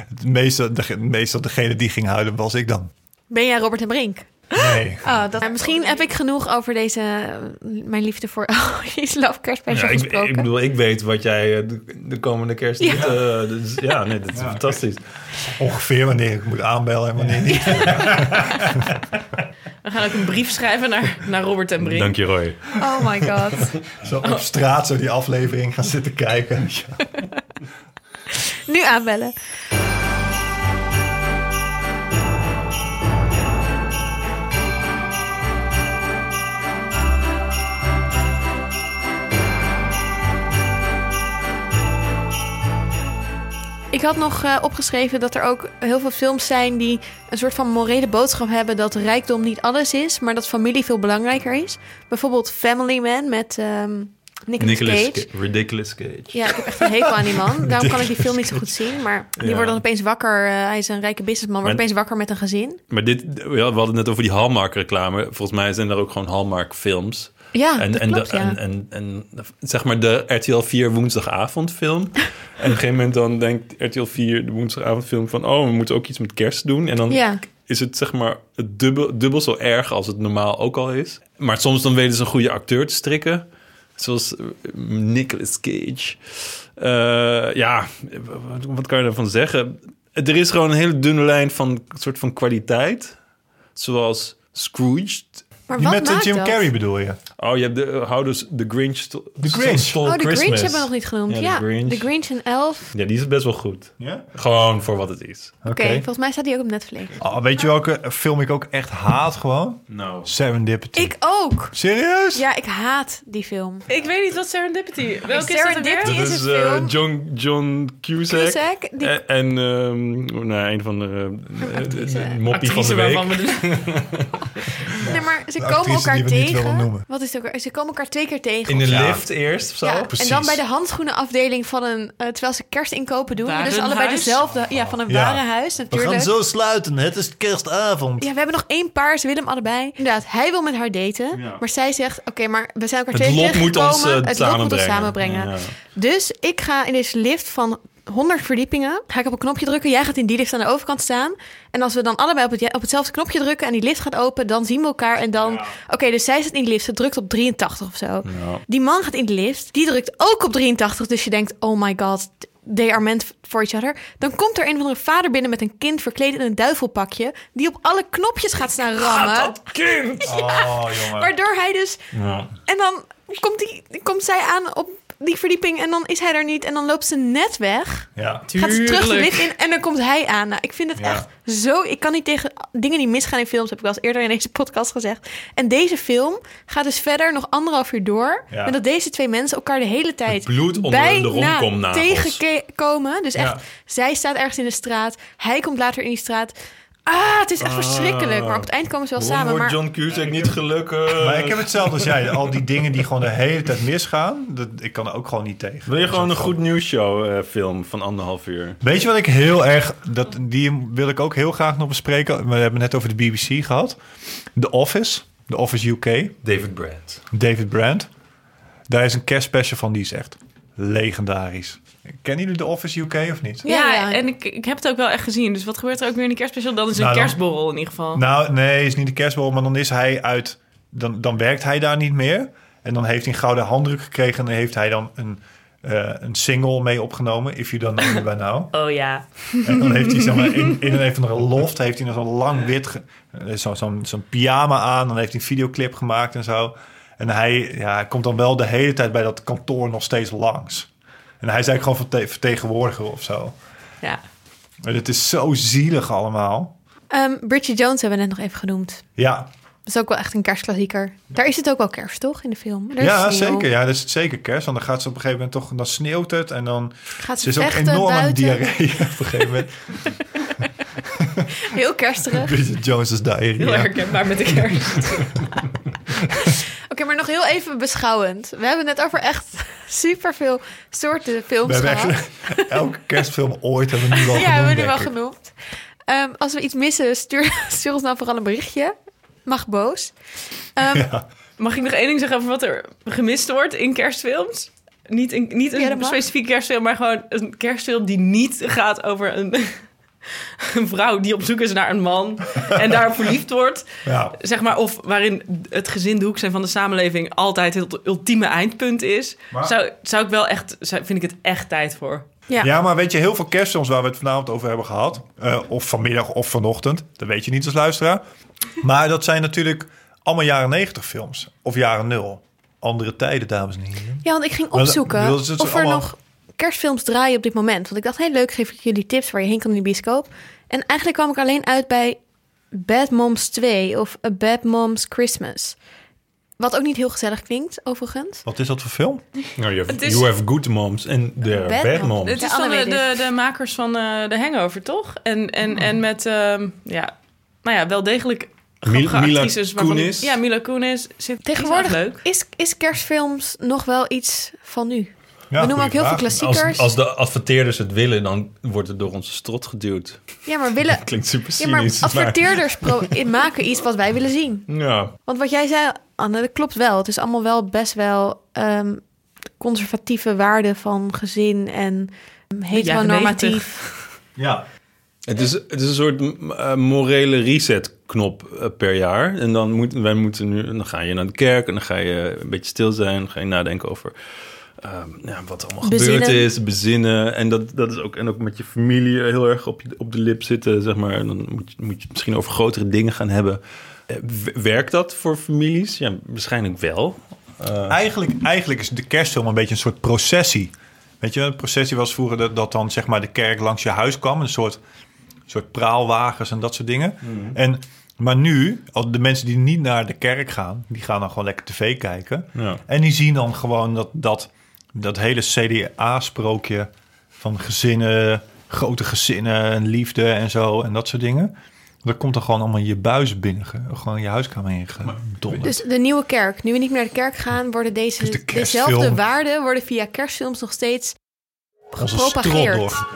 meestal degene die ging huilen was ik dan. Ben jij Robert en Brink? Nee. Misschien heb ik genoeg over mijn liefde voor Love kerstspecial gesproken. Ik bedoel, ik weet wat jij de komende kerst doet. Dus, dat is fantastisch. Ongeveer wanneer ik moet aanbellen en wanneer niet. We gaan ook een brief schrijven naar Robert en Brink. Dank je, Roy. Oh my god. Zo op straat zo die aflevering gaan zitten kijken. Nu aanbellen. had nog opgeschreven dat er ook heel veel films zijn die een soort van morele boodschap hebben dat rijkdom niet alles is, maar dat familie veel belangrijker is. Bijvoorbeeld Family Man met Nicolas Cage. Ridiculous Cage. Ja, ik heb echt een hekel aan die man. Daarom kan ik die film niet zo goed zien. Maar die wordt dan opeens wakker. Hij is een rijke businessman, wordt opeens wakker met een gezin. Maar we hadden het net over die Hallmark-reclame. Volgens mij zijn er ook gewoon Hallmark-films. Ja, en zeg maar de RTL 4 woensdagavondfilm. En op een gegeven moment dan denkt RTL 4 de woensdagavondfilm van... we moeten ook iets met kerst doen. En dan is het zeg maar het dubbel zo erg als het normaal ook al is. Maar soms dan weten ze een goede acteur te strikken. Zoals Nicolas Cage. Wat kan je daarvan zeggen? Er is gewoon een hele dunne lijn van een soort van kwaliteit. Zoals Scrooge. Maar die wat met maakt Jim dat? Carrey bedoel je? Oh, je hebt de Grinch. De Grinch. Stole de Christmas. Grinch hebben we nog niet genoemd. Ja, de Grinch en Elf. Ja, die is best wel goed. Ja? Gewoon voor wat het is. Oké, volgens mij staat die ook op Netflix. Weet je welke film ik ook echt haat gewoon? Nou. Serendipity. Ik ook. Serieus? Ja, ik haat die film. Ik weet niet wat Serendipity... Welke is Serendipity dat Dat is is een film. John Cusack. Cusack, die- En een van de moppie van de actrice week. waarvan we Nee, maar ze De komen actrice elkaar die we niet willen tegen. noemen. Wat is het ook? Ze komen elkaar 2 keer tegen. In de of zo. lift eerst of zo. Ja, precies. en dan bij de handschoenenafdeling van een... terwijl ze kerstinkopen doen. Dus Warenhuis? allebei dezelfde... Ja, van een Ja. warenhuis natuurlijk. sluiten. Het is kerstavond. Ja, we hebben nog 1 paar. Ze willen hem allebei. Inderdaad, hij wil met haar daten. Ja. Maar zij zegt... Oké, maar we zijn elkaar Het 2 keer lot moet ons tegengekomen. Het lot moet ons samenbrengen. samenbrengen. Ja. Dus ik ga in deze lift van 100 verdiepingen. Ga ik op een knopje drukken. Jij gaat in die lift aan de overkant staan. En als we dan allebei op hetzelfde knopje drukken... en die lift gaat open, dan zien we elkaar. En dan... Oké, dus zij zit in de lift. Ze drukt op 83 of zo. Ja. Die man gaat in de lift. Die drukt ook op 83. Dus je denkt, oh my god... They are meant for each other. Dan komt er een of andere vader binnen met een kind verkleed in een duivelpakje... die op alle knopjes gaat staan rammen. Dat kind! Oh, jongen. Waardoor hij dus... Ja. En dan komt zij aan op die verdieping en dan is hij er niet. En dan loopt ze net weg. Ja. Gaat ze terug de Tuurlijk. lift in en dan komt hij aan. Nou, ik vind het Ja. echt zo... Ik kan niet tegen dingen die misgaan in films, heb ik wel eens eerder in deze podcast gezegd. En deze film gaat dus verder nog 1,5 uur door. Ja. Met dat deze 2 mensen elkaar de hele tijd bloed onder de romkomnagels. tegenkomen. Dus echt, Ja. zij staat ergens in de straat. Hij komt later in die straat. Het is echt verschrikkelijk. Maar op het eind komen ze wel Waarom samen. wordt Maar John Cusack niet gelukkig? Maar ik heb hetzelfde als jij. Al die dingen die gewoon de hele tijd misgaan... ik kan er ook gewoon niet tegen. Wil je gewoon een goed nieuwsshow film van 1,5 uur? Weet je wat ik heel erg... Die wil ik ook heel graag nog bespreken. We hebben net over de BBC gehad. The Office. The Office UK. David Brand. David Brand. Daar is een kerstspecial van. Die is echt legendarisch. Kennen jullie The Office UK of niet? Ja. En ik heb het ook wel echt gezien. Dus wat gebeurt er ook weer in de kerstspecial? Dan is een Nou, dan- kerstborrel in ieder geval. Nou, nee, is niet de kerstbal, maar dan is hij uit... Dan werkt hij daar niet meer. En dan heeft hij een gouden handdruk gekregen... en dan heeft hij dan een single mee opgenomen. If You Don't Know Me By Now. Oh ja. En dan heeft hij zeg maar, in een van de loft... heeft hij nog zo'n lang wit... zo'n pyjama aan. Dan heeft hij een videoclip gemaakt en zo. En hij komt dan wel de hele tijd bij dat kantoor nog steeds langs. En hij is eigenlijk gewoon vertegenwoordiger of zo. Ja. En het is zo zielig allemaal. Bridget Jones hebben we net nog even genoemd. Ja, Dat is ook wel echt een kerstklassieker. Daar is het ook wel kerst, toch? In de film. Er is ja sneeuw. zeker. Ja, dat is zeker kerst. Want dan gaat ze op een gegeven moment toch... Dan sneeuwt het en dan... Gaat Ze ze is ook vechten enorm aan buiten. diarree op een gegeven moment. Heel kersterig. Bridget Jones' diarree. Heel Ja. herkenbaar met de kerst. Oké, maar nog heel even beschouwend. We hebben het net over echt superveel soorten We films hebben gehad. echt elke kerstfilm ooit hebben we nu wel Ja, genoemd, hebben we nu wel denk ik. genoemd. Als we iets missen, stuur ons nou vooral een berichtje. Mag boos. Mag ik nog één ding zeggen over wat er gemist wordt in kerstfilms? Niet Ja, dat een mag. specifieke kerstfilm, maar gewoon een kerstfilm die niet gaat over een vrouw die op zoek is naar een man en daar verliefd wordt. Ja. Zeg maar, of waarin het gezin de hoek zijn van de samenleving altijd het ultieme eindpunt is. Maar- Zou ik wel echt, vind ik het echt tijd voor. Ja. Ja, maar weet je, heel veel kerstfilms waar we het vanavond over hebben gehad... of vanmiddag of vanochtend, dat weet je niet als luisteraar. Maar dat zijn natuurlijk allemaal jaren 90 films. Of jaren 0. Andere tijden, dames en heren. Ja, want ik ging Maar opzoeken dat is het of er allemaal- nog kerstfilms draaien op dit moment. Want ik dacht, heel leuk, geef ik jullie tips waar je heen kan in de bioscoop. En eigenlijk kwam ik alleen uit bij Bad Moms 2 of A Bad Moms Christmas. Wat ook niet heel gezellig klinkt, overigens. Wat is dat voor film? Nou, Het is- you have good moms en there are Bad bad moms. moms. Het is Ja, van Anne weet de makers van The Hangover, toch? En met, wel degelijk grappige Mila actrices. waarvan- Kunis. Ja, Mila Kunis. Tegenwoordig Die is echt leuk. is kerstfilms nog wel iets van nu. Ja, We noemen ook heel veel goeie vraag. klassiekers. Als de adverteerders het willen, dan wordt het door onze strot geduwd. Ja, maar willen... Klinkt super Ja, maar cynisch. adverteerders maken iets wat wij willen zien. Ja, Want wat jij zei, Anne, dat klopt wel. Het is allemaal wel best wel conservatieve waarden van gezin en heteronormatief. Ja. het is een soort morele reset-knop per jaar. En dan dan ga je naar de kerk en dan ga je een beetje stil zijn. Dan ga je nadenken over wat allemaal gebeurd is, bezinnen. En dat is ook, en ook met je familie heel erg op de lip zitten, zeg maar. En dan moet je het misschien over grotere dingen gaan hebben. Werkt dat voor families? Ja, waarschijnlijk wel. Eigenlijk is de kerstfilm een beetje een soort processie. Weet je, een processie was vroeger dat dan zeg maar de kerk langs je huis kwam. Een soort praalwagens en dat soort dingen. Maar nu, de mensen die niet naar de kerk gaan, die gaan dan gewoon lekker tv kijken. Ja. En die zien dan gewoon dat hele CDA-sprookje van gezinnen, grote gezinnen en liefde en zo en dat soort dingen. Dat komt dan gewoon allemaal in je buis binnen, gewoon in je huiskamer heen gedonderd. Dus de nieuwe kerk. Nu we niet meer naar de kerk gaan, worden Dus de kerstfilm. dezelfde waarden worden via kerstfilms nog steeds Onze gepropageerd. strot door.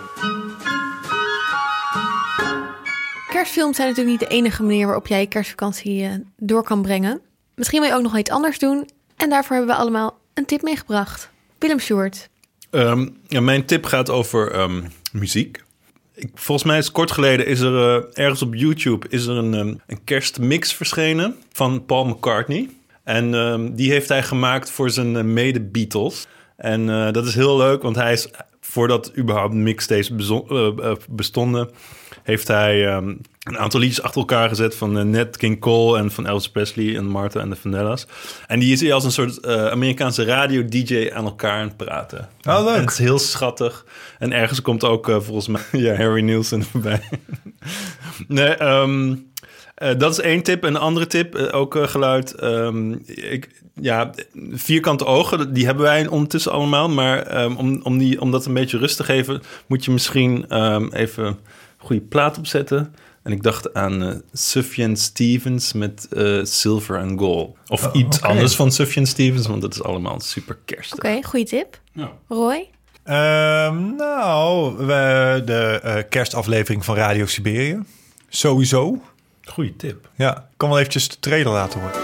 Kerstfilms zijn natuurlijk niet de enige manier waarop jij je kerstvakantie door kan brengen. Misschien wil je ook nog iets anders doen. En daarvoor hebben we allemaal een tip meegebracht. Willem Sjoerd. Mijn tip gaat over muziek. Volgens mij is kort geleden ergens op YouTube een kerstmix verschenen van Paul McCartney. En die heeft hij gemaakt voor zijn mede-Beatles. En dat is heel leuk, want hij is, voordat überhaupt mixtapes bestonden, heeft hij een aantal liedjes achter elkaar gezet van Nat King Cole en van Elvis Presley en Martha en de Vanellas. En die is hier als een soort Amerikaanse radio-dj aan elkaar aan het praten. Oh, leuk. En het is heel schattig. En ergens komt ook volgens mij Harry Nilsson voorbij. Nee, dat is één tip. En een andere tip, ook geluid. Vierkante ogen, die hebben wij ondertussen allemaal. Maar om dat een beetje rust te geven, moet je misschien even een goede plaat opzetten. En ik dacht aan Sufjan Stevens met Silver and Gold. Of iets anders van Sufjan Stevens, want dat is allemaal super kerstig. Oké, goede tip. Ja. Roy? De kerstaflevering van Radio Siberië. Sowieso. Goeie tip. Ja, ik kan wel eventjes de trailer laten horen.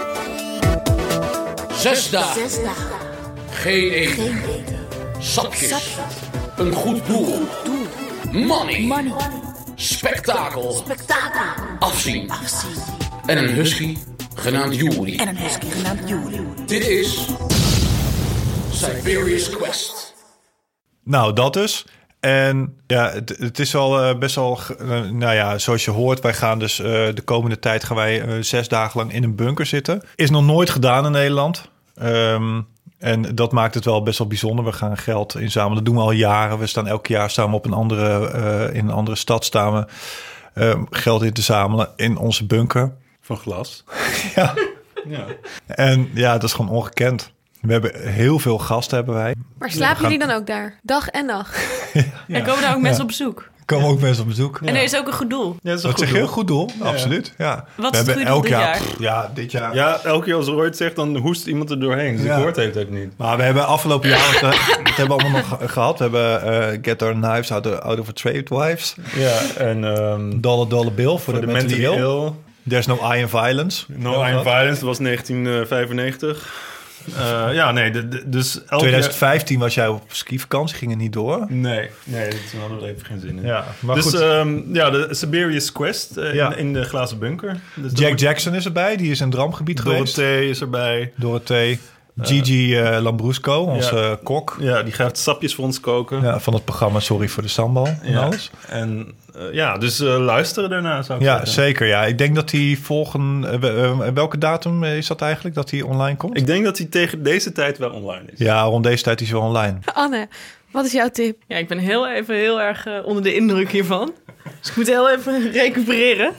6 dagen. Geen eten. Sapjes. Een goed doel. Money. Spektakel. Afzien. En een husky genaamd Yuri. Dit is Siberia's Quest. Nou, dat dus. En ja, het is al best wel... zoals je hoort, wij gaan dus de komende tijd gaan wij 6 dagen lang in een bunker zitten. Is nog nooit gedaan in Nederland. En dat maakt het wel best wel bijzonder. We gaan geld inzamelen. Dat doen we al jaren. We staan elk jaar op in een andere stad staan we geld in te zamelen in onze bunker. Van glas. Ja. Ja. En ja, dat is gewoon ongekend. We hebben heel veel gasten, hebben wij. Maar slapen jullie dan ook daar? Dag en nacht? En komen daar ook mensen op bezoek? Er komen ook mensen op bezoek. En er is ook een goed doel. Ja, dat is Dat is een heel goed doel, Ja. absoluut. Ja. Wat is het goede doel dit jaar? Dit jaar. Ja, elke keer als Roy het zegt, dan hoest iemand er doorheen. Dus Ja. ik hoor het hele tijd niet. Maar we hebben afgelopen jaar, dat hebben we allemaal nog gehad. We hebben Get Our Knives Out of a Trade Wives. Ja, en Dollar Bill voor de mentally ill. ill. There's No Iron Violence. No Iron Violence, dat was 1995. Dus elke 2015 was jij op skivakantie, ging het niet door. Nee, toen hadden we er even geen zin in. Ja, maar Dus goed. de Siberia's Quest Ja. in de glazen bunker. Dus Jack Jackson is erbij, die is in het rampgebied geweest. Dorothee is erbij. Dorothee. Gigi Lambrusco, onze kok. Ja, die gaat sapjes voor ons koken. Ja, van het programma Sorry voor de Sambal en Ja. alles. En dus luisteren daarna zou ik Ja, zeggen. zeker. Ja. Ik denk dat die welke datum is dat eigenlijk, dat die online komt? Ik denk dat hij tegen deze tijd wel online is. Ja, rond deze tijd is hij wel online. Anne, wat is jouw tip? Ja, ik ben heel erg onder de indruk hiervan. Dus ik moet heel even recupereren.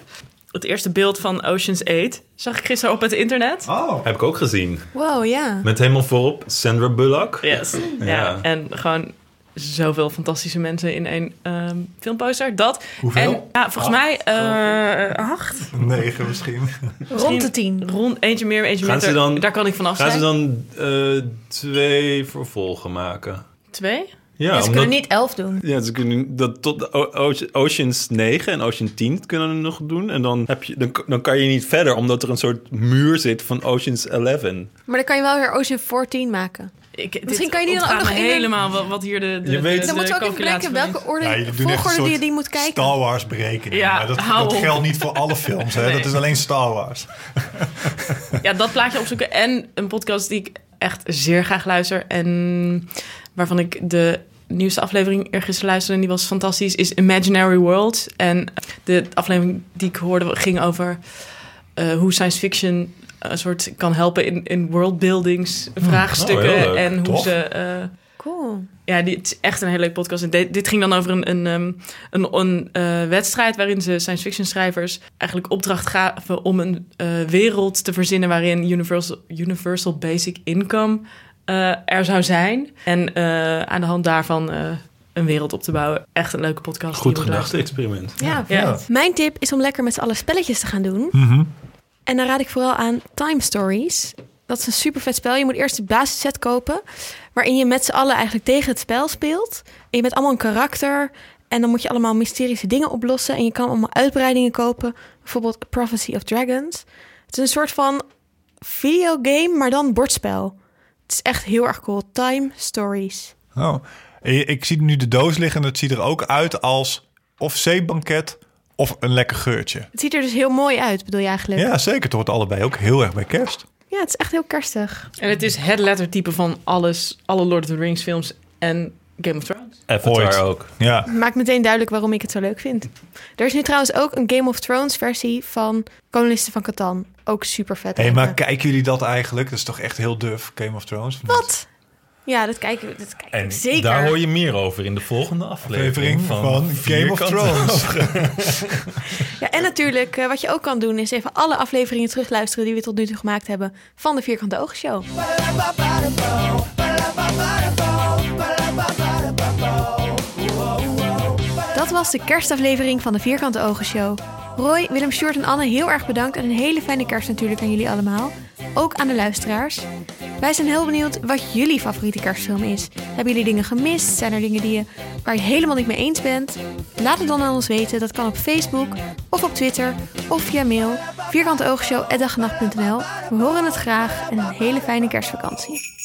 het eerste beeld van Ocean's 8. Zag ik gisteren op het internet. Oh. Heb ik ook gezien. Wow, ja. Met helemaal voorop Sandra Bullock. Yes. Ja. En gewoon zoveel fantastische mensen in één filmposter. Dat. Hoeveel? En, ja, volgens mij 8. 9 misschien. Rond de 10. Eentje meer, eentje minder. Daar kan ik vanaf zijn. Gaan ze dan 2 vervolgen maken? 2? Ja, Ze kunnen niet 11 doen. Ja, ze kunnen dat tot Oceans 9 en Ocean 10 kunnen we nog doen. En dan kan je niet verder, omdat er een soort muur zit van Oceans 11. Maar dan kan je wel weer Ocean 14 maken. Misschien kan je die dan ook nog in helemaal wat hier de Je weet, Dan moeten we ook even bedenken welke volgorde die moet kijken. Star Wars berekening. Ja, maar dat geldt niet voor alle films. Hè? Nee. Dat is alleen Star Wars. Ja, dat plaatje opzoeken. En een podcast die ik echt zeer graag luister. En waarvan ik de nieuwste aflevering eergisteren luisterde. En die was fantastisch. Is Imaginary World. En de aflevering die ik hoorde ging over hoe science fiction een soort kan helpen in worldbuildings vraagstukken. En hoe Tof. ze... Cool. Ja, het is echt een hele leuke podcast. En dit ging dan over een wedstrijd waarin ze science fiction schrijvers eigenlijk opdracht gaven om een wereld te verzinnen waarin universal basic income er zou zijn. En aan de hand daarvan een wereld op te bouwen. Echt een leuke podcast. Goed gedachte-experiment. Ja, Ja. vet. Mijn tip is om lekker met z'n allen spelletjes te gaan doen. En dan raad ik vooral aan Time Stories. Dat is een super vet spel. Je moet eerst de basisset kopen, waarin je met z'n allen eigenlijk tegen het spel speelt. En je bent allemaal een karakter. En dan moet je allemaal mysterische dingen oplossen. En je kan allemaal uitbreidingen kopen. Bijvoorbeeld Prophecy of Dragons. Het is een soort van videogame, maar dan bordspel. Het is echt heel erg cool. Time Stories. Oh. Ik zie nu de doos liggen en het ziet er ook uit als of zeebanket of een lekker geurtje. Het ziet er dus heel mooi uit, bedoel je eigenlijk? Ja, zeker. Het hoort allebei ook heel erg bij kerst. Ja, het is echt heel kerstig. En het is het lettertype van alle Lord of the Rings films en Game of Thrones. Avatar Ooit. ook. Ja. Maakt meteen duidelijk waarom ik het zo leuk vind. Er is nu trouwens ook een Game of Thrones versie van Kolonisten van Catan. Ook super vet. Hé, maar kijken jullie dat eigenlijk? Dat is toch echt heel duf, Game of Thrones? Wat? Ja, dat kijken we En zeker. daar hoor je meer over in de volgende aflevering van Game of Thrones. Ja, en natuurlijk, wat je ook kan doen, is even alle afleveringen terugluisteren die we tot nu toe gemaakt hebben van de Vierkante Ogen Show. Dat was de kerstaflevering van de Vierkante Ogen Show. Roy, Willem, Sjoerd en Anne, heel erg bedankt. En een hele fijne kerst natuurlijk aan jullie allemaal. Ook aan de luisteraars. Wij zijn heel benieuwd wat jullie favoriete kerstfilm is. Hebben jullie dingen gemist? Zijn er dingen waar je helemaal niet mee eens bent? Laat het dan aan ons weten. Dat kan op Facebook of op Twitter of via mail. vierkanteogenshow@dagenacht.nl. We horen het graag en een hele fijne kerstvakantie.